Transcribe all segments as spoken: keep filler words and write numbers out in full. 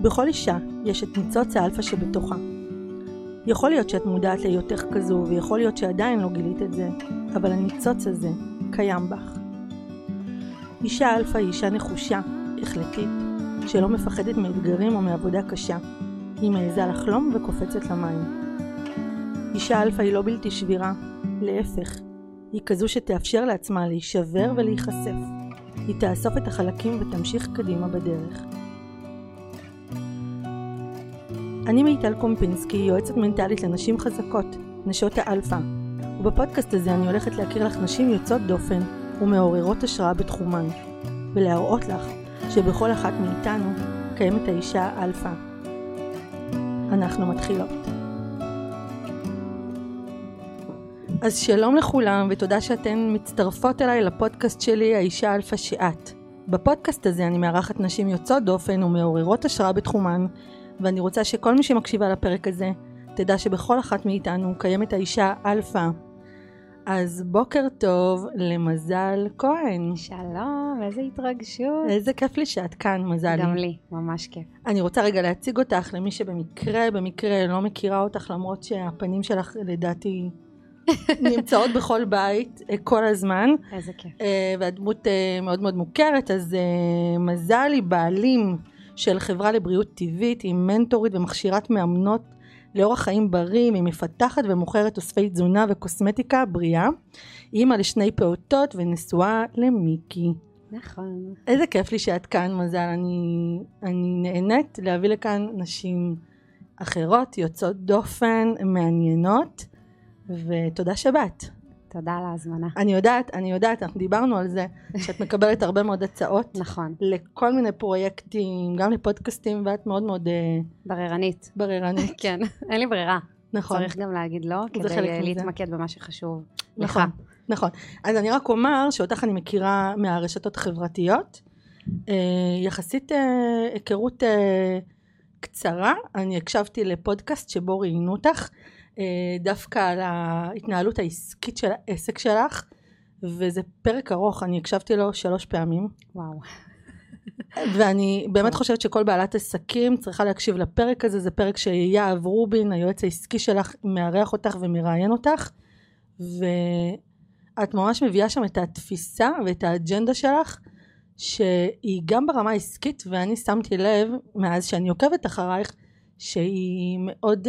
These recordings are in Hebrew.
בכל אישה יש את ניצוץ האלפא שבתוכה. יכול להיות שאת מודעת להיותך כזו, ויכול להיות שעדיין לא גילית את זה, אבל הניצוץ הזה קיים בך. אישה אלפא היא אישה נחושה, החלטית, שלא מפחדת מאתגרים או מעבודה קשה. היא מעיזה לחלום וקופצת למים. אישה אלפא היא לא בלתי שבירה, להפך, היא כזו שתאפשר לעצמה להישבר ולהיחשף. היא תאסוף את החלקים ותמשיך קדימה בדרך. אני מיטל קומפינסקי, יועצת מנטלית לנשים חזקות, נשות האלפא, ובפודקאסט הזה אני הולכת להכיר לך נשים יוצאות דופן ומעוררות השראה בתחומן, ולהראות לך שבכל אחת מאיתנו קיימת האישה האלפא. אנחנו מתחילות. אז שלום לכולם ותודה שאתן מצטרפות אליי לפודקאסט שלי, האישה האלפא שאת. בפודקאסט הזה אני מארחת נשים יוצאות דופן ומעוררות השראה בתחומן, ואני רוצה שכל מי שמקשיבה לפרק הזה תדע שבכל אחת מאיתנו קיימת האישה אלפא. אז בוקר טוב למזל כהן. שלום, איזה התרגשות. איזה כיף לי שאת כאן, מזל. גם לי, ממש כיף. אני רוצה רגע להציג אותך למי שבמקרה, במקרה לא מכירה אותך, למרות שהפנים שלך לדעתי נמצאות בכל בית כל הזמן. איזה כיף. והדמות מאוד מאוד מוכרת, אז מזל היא בעלים של חברה לבריאות טבעית, היא מנטורית ומכשירת מאמנות לאורח חיים בריא, היא מפתחת ומוכרת אוספי תזונה וקוסמטיקה בריאה, היא אימא לשני פעוטות ונשואה למיקי. נכון. איזה כיף לי שאת כאן, מזל. אני, אני נהנית להביא לכאן נשים אחרות, יוצאות דופן, מעניינות, ותודה שבאת. תודה על ההזמנה. אני יודעת, אני יודעת, אנחנו דיברנו על זה, שאת מקבלת הרבה מאוד הצעות. נכון. לכל מיני פרויקטים, גם לפודקאסטים, ואת מאוד מאוד בררנית. בררנית. כן, אין לי ברירה. נכון. צריך גם להגיד לא, כדי להתמקד במה שחשוב. נכון, נכון. אז אני רק אומר שאותך אני מכירה מהרשתות החברתיות, יחסית היכרות קצרה, אני הקשבתי לפודקאסט שבו ראיינו אותך, דווקא על ההתנהלות העסקית של העסק שלך, וזה פרק ארוך, אני הקשבתי לו שלוש פעמים. וואו. ואני באמת חושבת שכל בעלת עסקים צריכה להקשיב לפרק הזה, זה פרק שיהב רובין, היועץ העסקי שלך, מארח אותך ומראיין אותך, ואת ממש מביאה שם את התפיסה ואת האג'נדה שלך, שהיא גם ברמה העסקית, ואני שמתי לב, מאז שאני עוקבת אחרייך, שהיא מאוד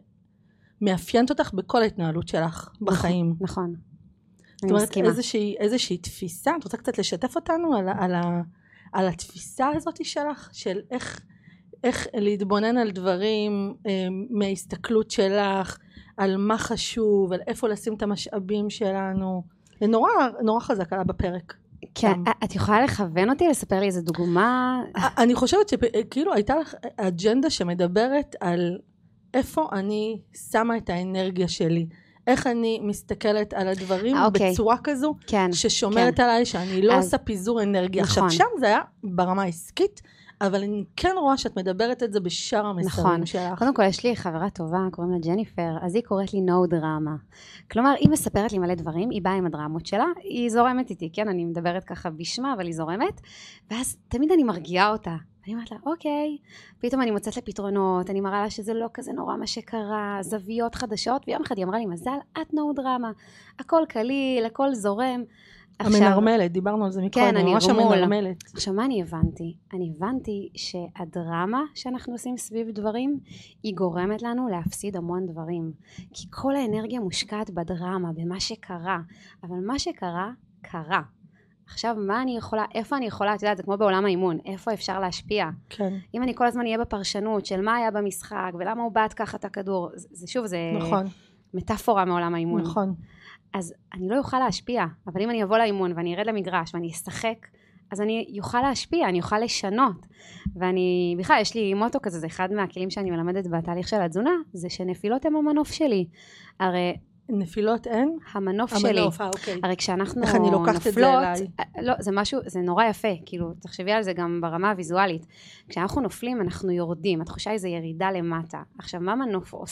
מאפיינת אותך בכל ההתנהלות שלך בחיים. נכון. זאת אומרת, איזושהי, איזושהי תפיסה, את רוצה קצת לשתף אותנו על, על, ה, על התפיסה הזאת שלך, של איך, איך להתבונן על דברים אה, מההסתכלות שלך, על מה חשוב, על איפה לשים את המשאבים שלנו. זה נורא, נורא חזק עלה בפרק. כן, את יכולה לכוון אותי, לספר לי איזה דוגמה? אני חושבת שכאילו הייתה לך אג'נדה שמדברת על איפה אני שמה את האנרגיה שלי, איך אני מסתכלת על הדברים אוקיי. בצורה כזו, כן, ששומרת כן. עליי שאני לא אז, עושה פיזור אנרגיה. נכון. עכשיו שם זה היה ברמה העסקית, אבל אני כן רואה שאת מדברת את זה בשאר המסרים נכון. שלך. קודם כל יש לי חברה טובה, קוראים לה ג'ניפר, אז היא קוראת לי no drama. כלומר, היא מספרת לי מלא דברים, היא באה עם הדרמות שלה, היא זורמת איתי, כן, אני מדברת ככה בשמה, אבל היא זורמת, ואז תמיד אני מרגיעה אותה. אני אומרת לה, אוקיי, פתאום אני מוצאת לפתרונות, אני מראה לה שזה לא כזה נורא מה שקרה, זוויות חדשות, ויום אחד היא אמרה לי, מזל, את no drama, הכל קליל, הכל זורם. המנרמלת, דיברנו על זה מקודם, כן, אני ממש המנרמלת. עכשיו, מה אני הבנתי? אני הבנתי שהדרמה שאנחנו עושים סביב דברים, היא גורמת לנו להפסיד המון דברים. כי כל האנרגיה מושקעת בדרמה, במה שקרה. אבל מה שקרה, קרה. עכשיו, מה אני יכולה, איפה אני יכולה, את יודעת, זה כמו בעולם האימון, איפה אפשר להשפיע? כן. אם אני כל הזמן אהיה בפרשנות של מה היה במשחק, ולמה הוא בעט ככה את הכדור, זה, זה שוב, זה נכון. מטאפורה מעולם האימון. נכון. אז אני לא אוכל להשפיע, אבל אם אני אבוא לאימון ואני ארד למגרש ואני אשחק, אז אני אוכל להשפיע, אני אוכל לשנות. ואני, בכלל, יש לי מוטו כזה, זה אחד מהכלים שאני מלמדת בתהליך של התזונה, זה שנפילות הם המנוף שלי. הרי נפילות אין? המנוף, המנוף שלי. אה, אוקיי. הרי כשאנחנו איך אני לוקחת נופלות, את זה אליי? לא, זה משהו, זה נורא יפה, כאילו, תחשבי על זה גם ברמה הוויזואלית. כשאנחנו נופלים, אנחנו יורדים, התחושה היא זה ירידה למטה. עכשיו, מה מנוף עושה?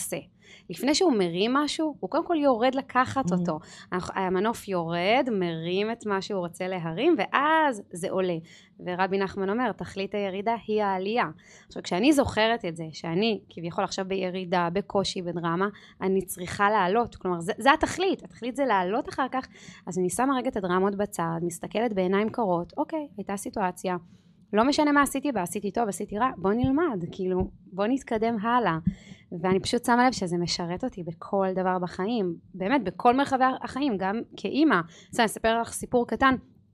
לפני שהוא מרים משהו, הוא קודם כל יורד לקחת אותו. המנוף יורד, מרים את מה שהוא רוצה להרים, ואז זה עולה. ורבי נחמן אומר, תכלית הירידה היא העלייה. עכשיו, כשאני זוכרת את זה, שאני כביכול עכשיו בירידה, בקושי, בדרמה, אני צריכה לעלות. כלומר, זה, זה התכלית. התכלית זה לעלות אחר כך. אז אני שמה רגע את הדרמות בצד, מסתכלת בעיניים קרות, אוקיי, הייתה סיטואציה. לא משנה מה עשיתי בה, עשיתי טוב, עשיתי רע, בוא נלמד, כאילו, בוא נתקדם הלאה. ואני פשוט שמה לב שזה משרת אותי בכל דבר בחיים, באמת, בכל מרחבי החיים, גם כאימא. אז אני אספר לך סיפור קטן.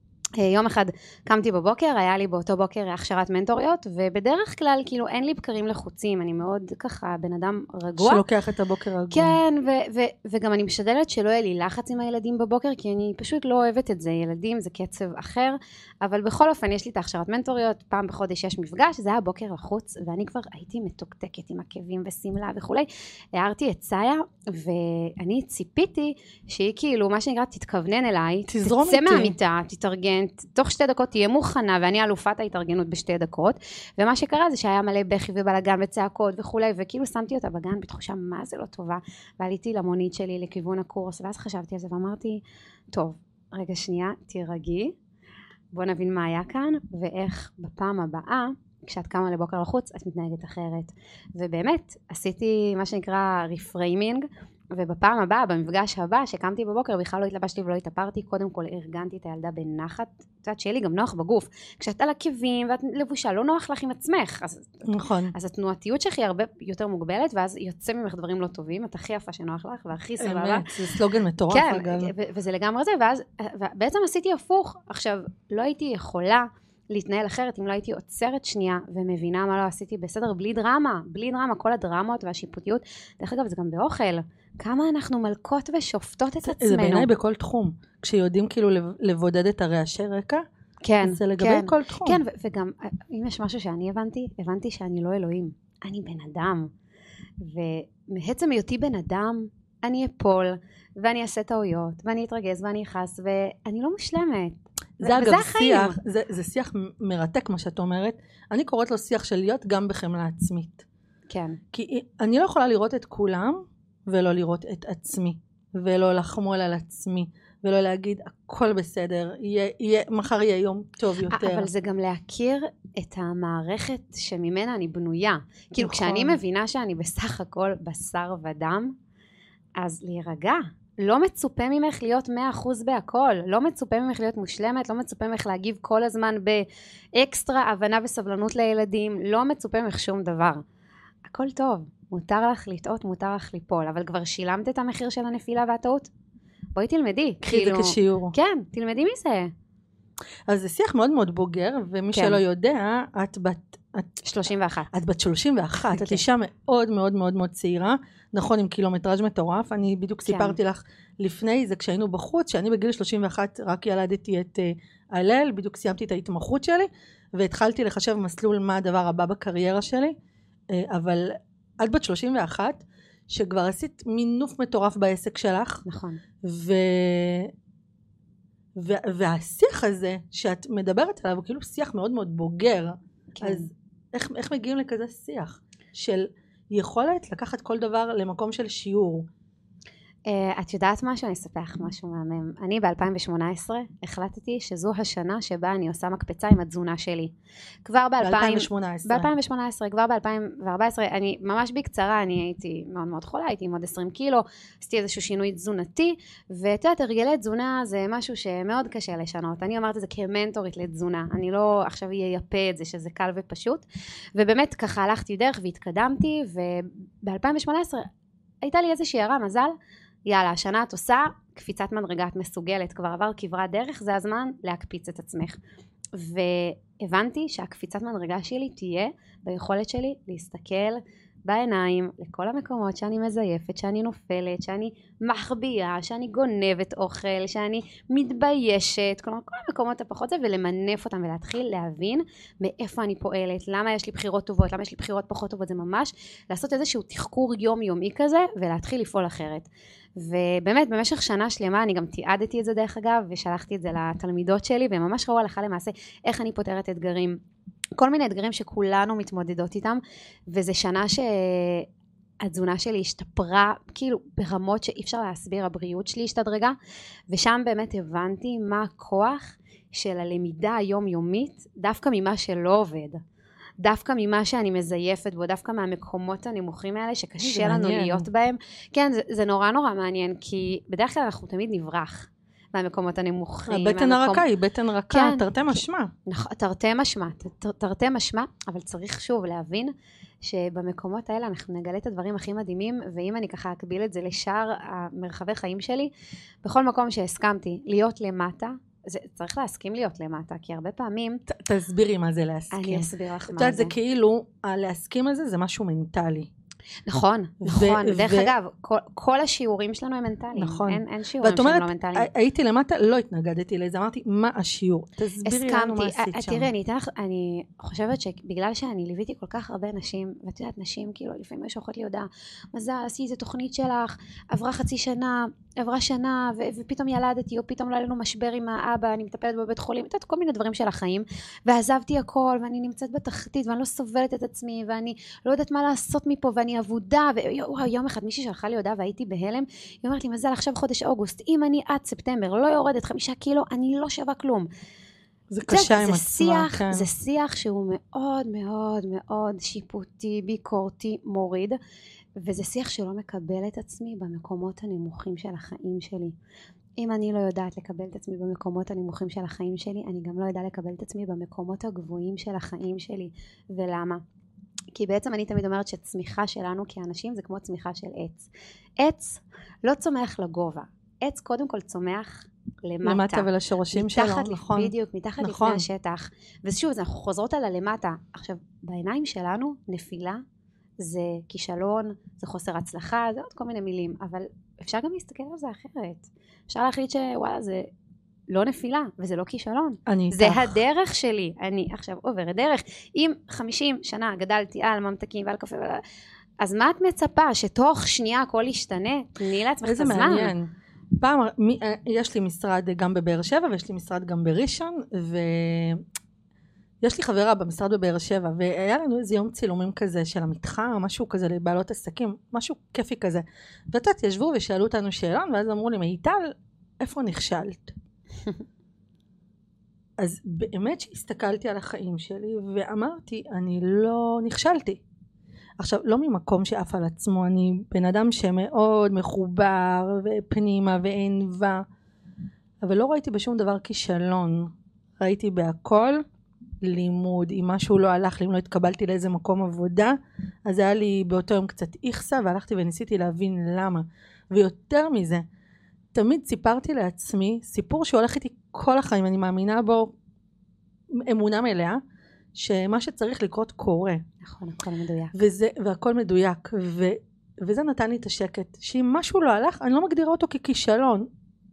יום אחד קמתי בבוקר, היה לי באותו בוקר הכשרת מנטוריות, ובדרך כלל כאילו אין לי בקרים לחוצים, אני מאוד ככה בן אדם רגוע. שלוקח את הבוקר רגוע. כן, ו- ו- וגם אני משתדלת שלא יהיה לי לחץ עם הילדים בבוקר, כי אני פשוט לא אוהבת את זה, ילדים זה קצב אחר, אבל בכל אופן יש לי את הכשרת מנטוריות, פעם בחודש יש מפגש, זה היה בוקר לחוץ, ואני כבר הייתי מתוקתקת עם עקבים וסמלה וכולי, הערתי את סאיה, ואני ציפיתי שהיא כאילו, מה שנקרא, תתכוונן אליי, תצא מהמיטה, תתארגן, תוך שתי דקות תהיה מוכנה, ואני אלופת ההתארגנות בשתי דקות, ומה שקרה זה שהיה מלא בכי ובלגן וצעקות וכולי, וכאילו שמתי אותה בגן בתחושה מה זה לא טובה, ועליתי למונית שלי לכיוון הקורס, ואז חשבתי על זה ואמרתי, טוב, רגע שנייה, תירגעי, בוא נבין מה היה כאן, ואיך בפעם הבאה, כשאת קמה לבוקר לחוץ, את מתנהגת אחרת. ובאמת, עשיתי מה שנקרא ריפריימינג, ובפעם הבאה, במפגש הבא, שקמתי בבוקר, בכלל לא התלבשתי ולא התאפרתי, קודם כל ארגנתי את הילדה בנחת, את יודעת שיהיה לי גם נוח בגוף. כשאת על עקבים ואת לבושה, לא נוח לך עם עצמך. אז, נכון. אז התנועתיות שלך היא הרבה יותר מוגבלת, ואז יוצא ממך דברים לא טובים, את הכי יפה שנוח לך, והכי סבבה. אמת, זה סלוגן מטורף כן, אגב. ו- וזה לגמרי זה, ואז בעצם עשיתי הפוך. עכשיו, לא הייתי יכולה להתנהל אחרת אם לא הייתי עוצרת שנייה ומבינה מה לא עשיתי בסדר, בלי דרמה, בלי דרמה, כל הדרמות והשיפוטיות. דרך אגב, זה גם באוכל. כמה אנחנו מלכות ושופטות את עצמנו. זה בעיניי בכל תחום. כשיודעים כאילו לבודד את הרעשי רקע, כן, זה לגבי כן, כל תחום. כן, ו- וגם, אם יש משהו שאני הבנתי, הבנתי שאני לא אלוהים. אני בן אדם. ומעצם היותי בן אדם, אני אפול, ואני אעשה טעויות, ואני אתרגז, ואני אכעס, ואני לא מושלמת. זה אגב שיח, זה, זה שיח מרתק מה שאת אומרת. אני קוראת לו שיח של להיות גם בחמלה עצמית. כן. כי אני לא יכולה לראות את כולם, ולא לראות את עצמי, ולא לחמול על עצמי, ולא להגיד הכל בסדר, יהיה, יהיה, מחר יהיה יום טוב יותר. אבל זה גם להכיר את המערכת שממנה אני בנויה. כאילו כשאני מבינה שאני בסך הכל בשר ודם, אז להירגע. לא מצופה ממך להיות מאה אחוז בהכל, לא מצופה ממך להיות מושלמת, לא מצופה ממך להגיב כל הזמן באקסטרה הבנה וסבלנות לילדים, לא מצופה ממך שום דבר. הכל טוב, מותר לך לטעות, מותר לך ליפול, אבל כבר שילמת את המחיר של הנפילה והטעות? בואי תלמדי. קחי את זה כשיעור. כן, תלמדי מזה. אז זה שיח מאוד מאוד בוגר, ומי כן. שלא יודע, את בת... את, שלושים ואחת. את בת שלושים ואחת, את אישה מאוד מאוד מאוד מאוד צעירה, נכון, עם קילומטראז' מטורף, אני בדיוק כן. סיפרתי לך לפני זה, כשהיינו בחוץ, שאני בגיל שלושים ואחת רק ילדתי את uh, הלל, בדיוק סיימתי את ההתמחות שלי, והתחלתי לחשב מסלול מה הדבר הבא בקריירה שלי, uh, אבל את בת שלושים ואחת, שכבר עשית מינוף מטורף בעסק שלך, נכון. ו... ו- והשיח הזה שאת מדברת עליו הוא כאילו שיח מאוד מאוד בוגר, כן. אז איך, איך מגיעים לכזה שיח של יכולת לקחת כל דבר למקום של שיעור? Uh, את יודעת משהו? אני אספר לך משהו מהמם. אני ב-אלפיים שמונה עשרה החלטתי שזו השנה שבה אני עושה מקפצה עם התזונה שלי. כבר ב-אלפיים שמונה עשרה. ב-אלפיים שמונה עשרה, כבר ב-אלפיים וארבע עשרה, אני ממש בקצרה, אני הייתי מאוד מאוד חולה, הייתי עם עוד עשרים קילו, עשיתי איזשהו שינוי תזונתי, ואת יודעת, הרגלי תזונה זה משהו שמאוד קשה לשנות. אני אומרת את זה כמנטורית לתזונה, אני לא עכשיו אייפה את זה שזה קל ופשוט, ובאמת ככה הלכתי דרך והתקדמתי, וב-אלפיים שמונה עשרה הייתה לי איזושהי הערה, מזל, יאללה, השנה את עושה קפיצת מדרגה, את מסוגלת, כבר עבר כברת דרך, זה הזמן להקפיץ את עצמך. והבנתי שהקפיצת מדרגה שלי תהיה ביכולת שלי להסתכל בעיניים לכל המקומות שאני מזייפת, שאני נופלת, שאני מחביאה, שאני גונבת אוכל, שאני מתביישת, כלומר כל המקומות הפחות זה, ולמנף אותם ולהתחיל להבין מאיפה אני פועלת, למה יש לי בחירות טובות, למה יש לי בחירות פחות טובות, זה ממש לעשות איזשהו תחקור יומיומי כזה ולהתחיל לפעול אחרת. ובאמת במשך שנה שלמה אני גם תיעדתי את זה דרך אגב, ושלחתי את זה לתלמידות שלי, והם ממש ראו הלכה למעשה איך אני פותרת אתגרים. כל מיני אתגרים שכולנו מתמודדות איתם, וזה שנה התזונה שלי השתפרה, כאילו ברמות שאי אפשר להסביר, הבריאות שלי השתדרגה, ושם באמת הבנתי מה הכוח של הלמידה היומיומית, דווקא ממה שלא עובד. דווקא ממה שאני מזייפת בו, דווקא מהמקומות הנמוכים האלה, שקשה לנו להיות בהם. כן, זה, זה נורא נורא מעניין, כי בדרך כלל אנחנו תמיד נברח מהמקומות הנמוכים. הבטן הרכה היא בטן רכה, תרתי משמע. נכון, תרתי משמע, תרתי משמע, אבל צריך שוב להבין, שבמקומות האלה אנחנו נגלה את הדברים הכי מדהימים, ואם אני ככה אקביל את זה לשאר המרחבי חיים שלי, בכל מקום שהסכמתי להיות למטה, זה, צריך להסכים להיות למטה, כי הרבה פעמים... ת, תסבירי מה זה להסכים. אני אסביר לך מה זה. זה. זה כאילו, להסכים הזה זה משהו מנטלי. נכון, נכון. דרך אגב, כל, כל השיעורים שלנו הם מנטליים. נכון. אין, אין שיעורים שהם לא מנטליים. הייתי למטה, לא התנגדתי לזה, אמרתי, מה השיעור? תסבירי לנו מה עשית שם. תראי, אני אתן לך, אני חושבת שבגלל שאני ליוויתי כל כך הרבה נשים, ואת יודעת, נשים, כאילו, לפעמים יש שולחות לי הודעה, מזל, עשי איזה תוכנית שלך, עברה חצי שנה, עברה שנה, ו- ופתאום ילדתי, או פתאום לא היה לנו משבר עם האבא, אני מטפלת בבית חולים, את יודעת, כל מיני דברים של החיים, ועזבתי הכל, ואני נמצאת בתחתית, ואני לא סובלת את עצמי, ואני לא יודעת מה לעשות מפה, ואני עבודה, ויום אחד מישהי שלחה לי הודעה, והייתי בהלם, היא אומרת לי, מזל, עכשיו חודש אוגוסט, אם אני עד ספטמבר לא יורדת חמישה קילו, אני לא שווה כלום. זה קשה עם עצמה, כן. זה שיח שהוא מאוד מאוד מאוד שיפוטי, ביקורתי, מוריד, וזה שיח שלא מקבל את עצמי במקומות הנמוכים של החיים שלי. אם אני לא יודעת לקבל את עצמי במקומות הנמוכים של החיים שלי, אני גם לא יודעת לקבל את עצמי במקומות הגבוהים של החיים שלי. ולמה? כי בעצם אני תמיד אומרת שצמיחה שלנו כאנשים זה כמו צמיחה של עץ. עץ לא צומח לגובה. עץ קודם כל צומח למטה. למטה ולשורשים שלו, נכון. בדיוק, מתחת נכון. לפני השטח. ושוב, אנחנו חוזרות על הלמטה. עכשיו, בעיניים שלנו, נפילה זה כישלון, זה חוסר הצלחה, זה עוד כל מיני מילים. אבל אפשר גם להסתכל על זה אחרת. אפשר להחליט שוואלה, זה לא נפילה, וזה לא כישלון. זה איתך. הדרך שלי. אני עכשיו עוברת דרך. אם חמישים שנה גדלתי על ממתקים ועל קפה, ועל... אז מה את מצפה? שתוך שנייה הכל ישתנה? תני לעצמך את הזמן. איזה מעניין. פעם, מי, יש לי משרד גם בבאר שבע, ויש לי משרד גם בראשון, ויש לי חברה במשרד בבאר שבע, והיה לנו איזה יום צילומים כזה של המתחם, משהו כזה לבעלות עסקים, משהו כיפי כזה. ואתה ישבו ושאלו אותנו שאלון, ואז אמרו לי, מיטל, איפה נכשלת? אז באמת שהסתכלתי על החיים שלי, ואמרתי, אני לא נכשלתי. עכשיו, לא ממקום שאף על עצמו, אני בן אדם שמאוד מחובר ופנימה וענווה, אבל לא ראיתי בשום דבר כישלון. ראיתי בהכל לימוד. אם משהו לא הלך לי, אם לא התקבלתי לאיזה מקום עבודה, אז היה לי באותו יום קצת איכסה, והלכתי וניסיתי להבין למה. ויותר מזה, תמיד סיפרתי לעצמי, סיפור שהולך איתי כל החיים, אני מאמינה בו אמונה מלאה, שמה שצריך לקרות קורה. נכון, הכל מדויק. וזה, והכל מדויק. ו, וזה נתן לי את השקט. שאם משהו לא הלך, אני לא מגדירה אותו ככישלון.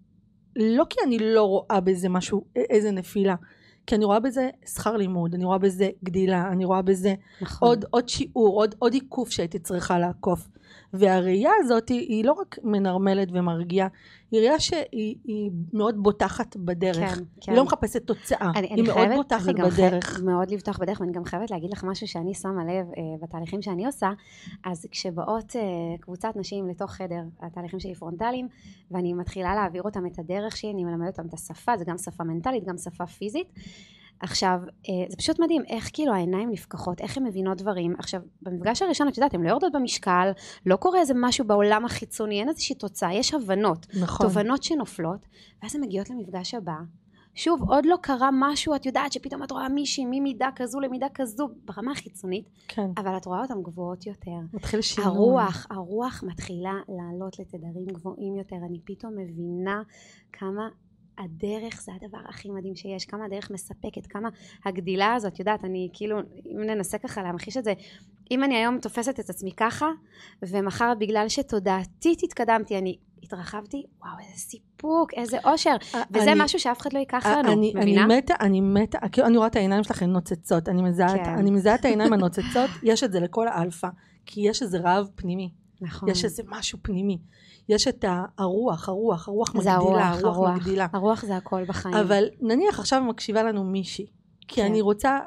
לא כי אני לא רואה בזה משהו, איזה נפילה. כי אני רואה בזה שכר לימוד, אני רואה בזה גדילה, אני רואה בזה נכון. עוד, עוד שיעור, עוד, עוד עיקוף שהייתי צריכה לעקוף. והראייה הזאת היא, היא לא רק מנרמלת ומרגיעה, היא ראייה שהיא היא מאוד בוטחת בדרך. כן, כן. היא לא מחפשת תוצאה, אני, היא אני מאוד חייבת, בוטחת אני בדרך. חייבת מאוד לבטוח בדרך, ואני גם חייבת להגיד לך משהו שאני שמה לב אה, בתהליכים שאני עושה, אז כשבאות אה, קבוצת נשים לתוך חדר, התהליכים שלי פרונטליים, ואני מתחילה להעביר אותם את הדרך שלי, אני מלמדת אותם את השפה, זה גם שפה מנטלית, גם שפה פיזית, עכשיו, זה פשוט מדהים איך כאילו העיניים נפקחות, איך הן מבינות דברים. עכשיו, במפגש הראשון, את יודעת, הן לא יורדות במשקל, לא קורה איזה משהו בעולם החיצוני, אין איזושהי תוצאה, יש הבנות, נכון. תובנות שנופלות, ואז הן מגיעות למפגש הבא. שוב, עוד לא קרה משהו, את יודעת שפתאום את רואה מישהי ממידה כזו למידה כזו, ברמה החיצונית, כן. אבל את רואה אותן גבוהות יותר. מתחיל שינוי. הרוח, הרוח מתחילה לעלות לתדרים גבוהים יותר, אני פתאום מבינה כמה הדרך זה הדבר הכי מדהים שיש, כמה הדרך מספקת, כמה הגדילה הזאת, יודעת, אני כאילו, אם ננסה ככה להמחיש את זה, אם אני היום תופסת את עצמי ככה, ומחר בגלל שתודעתית התקדמתי, אני התרחבתי, וואו, איזה סיפוק, איזה אושר, וזה אני, משהו שאף אחד לא ייקח לנו, אני, מבינה? אני מתה, אני מתה, כאילו אני רואה את העיניים שלך, הן נוצצות, אני מזהה, כן. אני מזהה את העיניים הנוצצות, יש את זה לכל האלפא, כי יש איזה רעב פנימי, נכון. יש איזה משהו פנימי, יש את הרוח, הרוח, הרוח מגדילה, הרוח, הרוח הרוח מגדילה. הרוח זה הכל בחיים. אבל נניח עכשיו מקשיבה לנו מישהי, כי כן. אני רוצה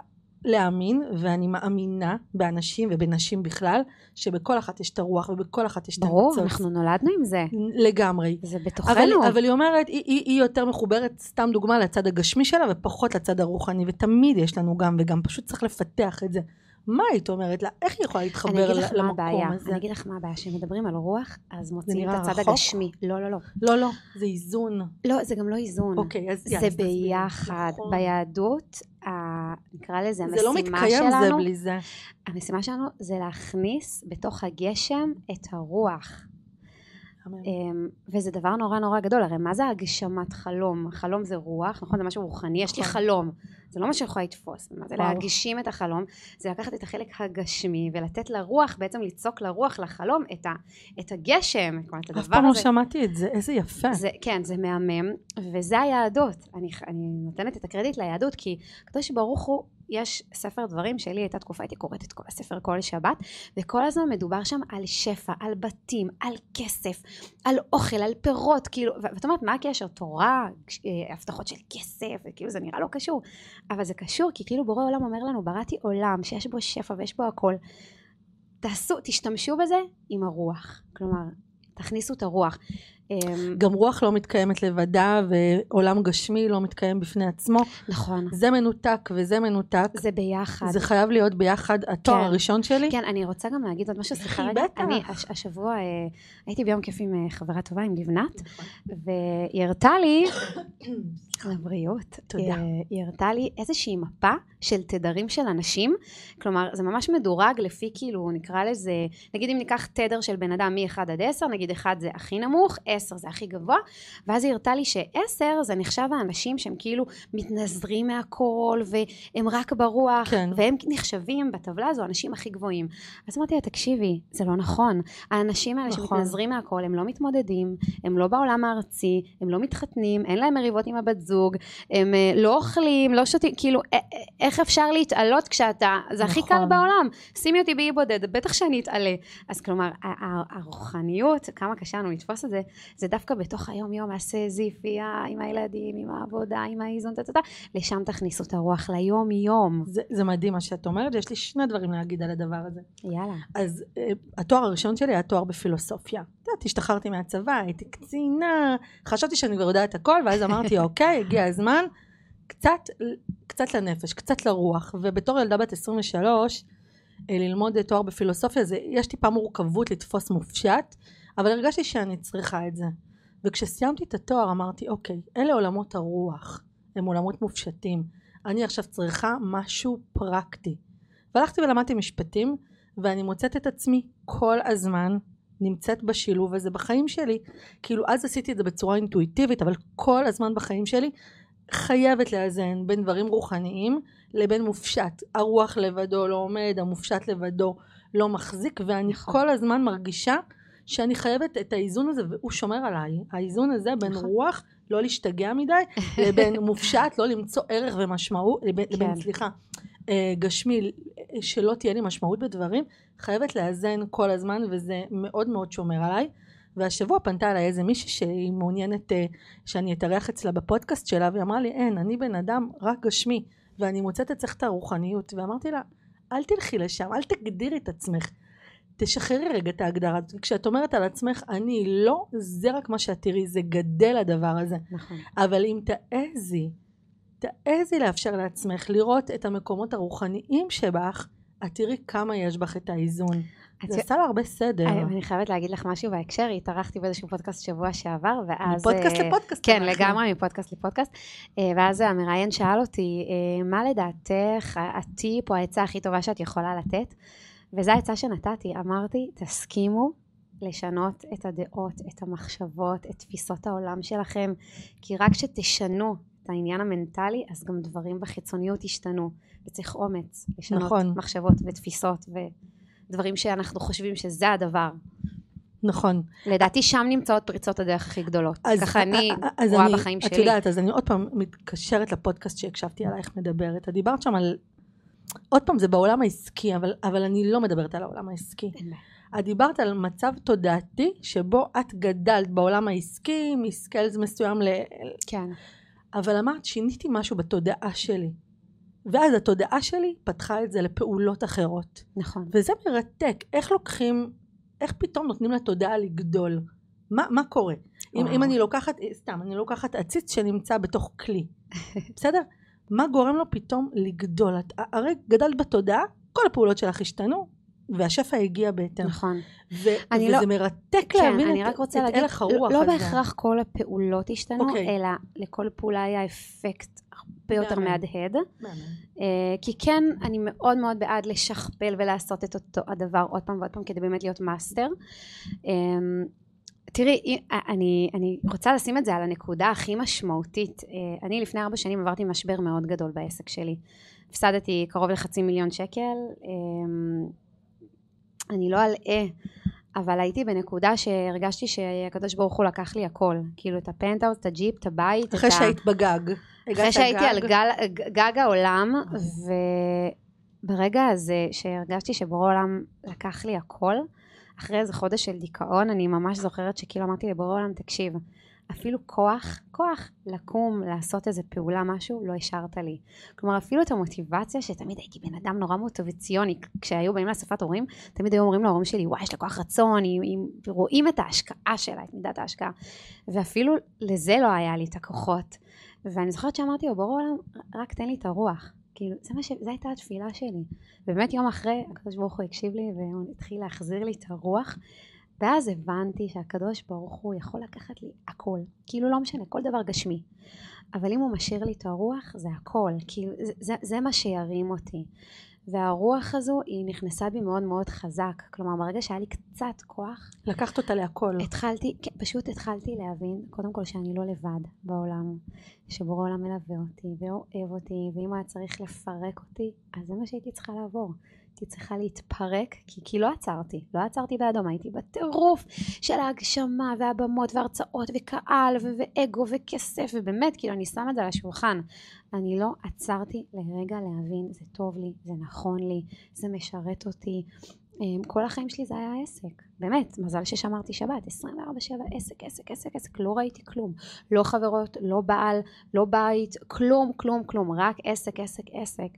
להאמין, ואני מאמינה באנשים ובנשים בכלל, שבכל אחת יש את הרוח ובכל אחת יש את הניצוץ. ברור, אנחנו נולדנו עם זה. לגמרי. זה בתוכנו. אבל, אבל היא אומרת, היא, היא, היא יותר מחוברת, סתם דוגמה, לצד הגשמי שלה, ופחות לצד הרוחני, ותמיד יש לנו גם וגם, פשוט צריך לפתח את זה. מה היית אומרת לה? איך היא יכולה להתחבר למקום הזה? אני אגיד לך מה הבעיה, שמדברים על רוח, אז מוציאים את הצד הגשמי. לא, לא, לא. לא, לא, זה איזון. לא, זה גם לא איזון. אוקיי, אז זה ביחד. ביהדות, נקרא לזה, המשימה שלנו. זה לא מתקיים זה בלי זה. המשימה שלנו זה להכניס בתוך הגשם את הרוח. וזה דבר נורא נורא גדול. הרי מה זה הגשמת חלום? חלום זה רוח, נכון? זה משהו רוחני. יש לי חלום. זה לא מה שיכולה לתפוס. מה זה להגשים את החלום? זה לקחת את החלק הגשמי ולתת לרוח, בעצם ליצוק לרוח, לחלום, את, ה, את הגשם. אף פעם לא שמעתי את זה. איזה יפה. זה, כן, זה מהמם. וזה היהדות. אני, אני נותנת את הקרדיט ליהדות, כי הקדוש ברוך הוא, יש ספר דברים שלי, הייתה תקופה, הייתי קוראת את כל הספר כל שבת, וכל הזמן מדובר שם על שפע, על בתים, על כסף, על אוכל, על פירות, כאילו, ואת אומרת, מה הקשר? תורה, הבטחות של כסף, וכאילו זה נראה לא קשור, אבל זה קשור, כי כאילו בורא עולם אומר לנו, בראתי עולם שיש בו שפע ויש בו הכל, תעשו, תשתמשו בזה עם הרוח, כלומר, תכניסו את הרוח. גם רוח לא מתקיימת לבדה, ועולם גשמי לא מתקיים בפני עצמו. נכון. זה מנותק וזה מנותק. זה ביחד. זה חייב להיות ביחד. התואר הראשון שלי. כן, אני רוצה גם להגיד עוד משהו, סליחה רגע. אני השבוע הייתי ביום כיף עם חברה טובה, עם לבנת, והיא הראתה לי, לבריאות, היא הראתה לי איזושהי מפה של תדרים של אנשים, כלומר, זה ממש מדורג לפי כאילו, נקרא לזה, נגיד אם ניקח תדר של בן אדם מ-אחד עד עשר, נגיד אחד זה הכי נמוך, עשר זה הכי גבוה, ואז היא הראתה לי ש-עשר זה נחשב האנשים שהם כאילו מתנזרים מהכל, והם רק ברוח, כן. והם נחשבים בטבלה הזו האנשים הכי גבוהים. אז אמרתי לה, תקשיבי, זה לא נכון. האנשים האלה נכון. שמתנזרים מהכל, הם לא מתמודדים, הם לא בעולם הארצי, הם לא מתחתנים, אין להם מריבות עם הבת זוג, הם לא אוכלים, לא שותים, כאילו, איך אפשר להתעלות כשאתה, זה נכון. הכי קל בעולם. שימי אותי באי בודד, בטח שאני אתעלה. אז כלומר, הרוחניות, כמה קשה לנו לתפוס את זה, זה דווקא בתוך היום יום, עשה זיפייה עם הילדים, עם העבודה, עם האיזון, תתתה, לשם תכניסו את הרוח ליום יום. זה, זה מדהים מה שאת אומרת, יש לי שני דברים להגיד על הדבר הזה. יאללה. אז התואר הראשון שלי היה תואר בפילוסופיה. השתחררתי מהצבא, הייתי קצינה, חשבתי שאני כבר יודעת הכל, ואז אמרתי, אוקיי, הגיע הזמן, קצת, קצת לנפש, קצת לרוח, ובתור ילדה בת עשרים ושלוש, ללמוד תואר בפילוסופיה, זה, יש טיפה מורכבות לתפוס מופשט, אבל הרגשתי שאני צריכה את זה. וכשסיימתי את התואר אמרתי, אוקיי, אלה עולמות הרוח, הם עולמות מופשטים. אני עכשיו צריכה משהו פרקטי. והלכתי ולמדתי משפטים, ואני מוצאת את עצמי כל הזמן נמצאת בשילוב הזה בחיים שלי. כאילו אז עשיתי את זה בצורה אינטואיטיבית, אבל כל הזמן בחיים שלי חייבת לאזן בין דברים רוחניים לבין מופשט. הרוח לבדו לא עומד, המופשט לבדו לא מחזיק, ואני נכון. כל הזמן מרגישה שאני חייבת את האיזון הזה, והוא שומר עליי. האיזון הזה בין נכון. רוח, לא להשתגע מדי, לבין מופשט, לא למצוא ערך ומשמעות, לבין, כן. לבין סליחה, גשמי, שלא תהיה לי משמעות בדברים, חייבת לאזן כל הזמן, וזה מאוד מאוד שומר עליי. והשבוע פנתה עליי איזה מישהי שהיא מעוניינת שאני אתארח אצלה בפודקאסט שלה, והיא אמרה לי, אין, אני בן אדם רק גשמי, ואני מוצאת אצלך את הרוחניות, ואמרתי לה, אל תלכי לשם, אל תגדירי את עצמך, תשחררי רגע את ההגדרה. כשאת אומרת על עצמך, אני לא, זה רק מה שאת תראי, זה גדל הדבר הזה. נכון. אבל אם תעזי, תעזי לאפשר לעצמך לראות את המקומות הרוחניים שבך, את תראי כמה יש בך את האיזון. זה עשה לה הרבה סדר. אני חייבת להגיד לך משהו בהקשר, התארחתי באיזשהו פודקאסט שבוע שעבר, ואז... מפודקאסט לפודקאסט. כן, לגמרי, מפודקאסט לפודקאסט. ואז המראיין שאל אותי, מה לדעתך הטיפ או העצה הכי טובה שאת יכולה לתת? וזו העצה שנתתי, אמרתי, תסכימו לשנות את הדעות, את המחשבות, את תפיסות העולם שלכם, כי רק שתשנו את העניין המנטלי, אז גם דברים בחיצוניות ישתנו, וצריך אומץ לשנות נכון. מחשבות ותפיסות ודברים שאנחנו חושבים שזה הדבר. נכון. לדעתי שם נמצאות פריצות הדרך הכי גדולות. אז, ככה אני אז רואה אני, בחיים את שלי. את יודעת, אז אני עוד פעם מתקשרת לפודקאסט שהקשבתי עלייך מדברת. את דיברת שם על, עוד פעם זה בעולם העסקי, אבל, אבל אני לא מדברת על העולם העסקי. את דיברת על מצב תודעתי, שבו את גדלת בעולם העסקי, מסקלס מסוים ל... כן. אבל אמרת, שיניתי משהו בתודעה שלי. ואז התודעה שלי פתחה את זה לפעולות אחרות. נכון. וזה מרתק, איך לוקחים, איך פתאום נותנים לתודעה לגדול? מה, מה קורה? אם, אם אני לוקחת, סתם, אני לוקחת עציץ שנמצא בתוך כלי. בסדר? מה גורם לו פתאום לגדול? הרי גדלת בתודעה, כל הפעולות שלך השתנו, והשפע הגיע בהתאם. נכון. ו- וזה לא, מרתק כן, להבין אני את, רק רוצה את להגיד, הלך הרוח לא הזה. בהכרח כל הפעולות השתנו, אוקיי. אלא לכל פעולה היה אפקט הרבה יותר מאמן. מהדהד. מאמן. אה, כי כן, אני מאוד מאוד בעד לשכפל ולעשות את אותו הדבר עוד פעם ועוד פעם, כדי באמת להיות מאסטר. אה, תראי, אני, אני רוצה לשים את זה על הנקודה הכי משמעותית. אני לפני ארבע שנים עברתי משבר מאוד גדול בעסק שלי. הפסדתי קרוב לחצי מיליון שקל. אני לא אלאה, אבל הייתי בנקודה שהרגשתי שהקדוש ברוך הוא לקח לי הכל. כאילו את הפנטהאוס, את הג'יפ, את הבית. אחרי את שהיית ה... בגג. אחרי שהייתי על גל, גג העולם, וברגע הזה שהרגשתי שבורא עולם לקח לי הכל, אחרי איזה חודש של דיכאון, אני ממש זוכרת שכאילו אמרתי לבורא עולם, תקשיב, אפילו כוח, כוח לקום, לעשות איזה פעולה, משהו, לא השארת לי. כלומר, אפילו את המוטיבציה, שתמיד הייתי בן אדם נורא מוטיבציוני, כשהיו באים לאספת הורים, תמיד היו אומרים להורים שלי, וואי, יש לה כוח רצון, היא, היא, רואים את ההשקעה שלה, את מידת ההשקעה. ואפילו לזה לא היה לי את הכוחות. ואני זוכרת שאמרתי, בורא עולם, רק תן לי את הרוח. כאילו, זה מה ש... זה הייתה התפילה שלי. ובאמת יום אחרי, הקדוש ברוך הוא הקשיב לי, והוא התחיל להחזיר לי את הרוח, ואז הבנתי שהקדוש ברוך הוא יכול לקחת לי הכל. כאילו לא משנה, כל דבר גשמי. אבל אם הוא משאיר לי את הרוח, זה הכל. כאילו, זה, זה, זה מה שירים אותי. והרוח הזו, היא נכנסה בי מאוד מאוד חזק. כלומר, ברגע שהיה לי קצת כוח, לקחת אותה להכל. התחלתי, פשוט התחלתי להבין, קודם כל שאני לא לבד בעולם, שבורא עולם מלווה אותי ואוהב אותי, ואם היה צריך לפרק אותי, אז זה מה שהייתי צריכה לעבור. הייתי צריכה להתפרק, כי, כי לא עצרתי, לא עצרתי באדום, הייתי בטירוף של ההגשמה והבמות והרצאות וקהל ו- ואגו וכסף, ובאמת, כאילו אני שמה את זה על השולחן. אני לא עצרתי לרגע להבין, זה טוב לי, זה נכון לי, זה משרת אותי. כל החיים שלי זה היה עסק, באמת, מזל ששמרתי שבת, עשרים וארבע שבע, עסק, עסק, עסק, עסק, לא ראיתי כלום, לא חברות, לא בעל, לא בית, כלום, כלום, כלום, רק עסק, עסק, עסק,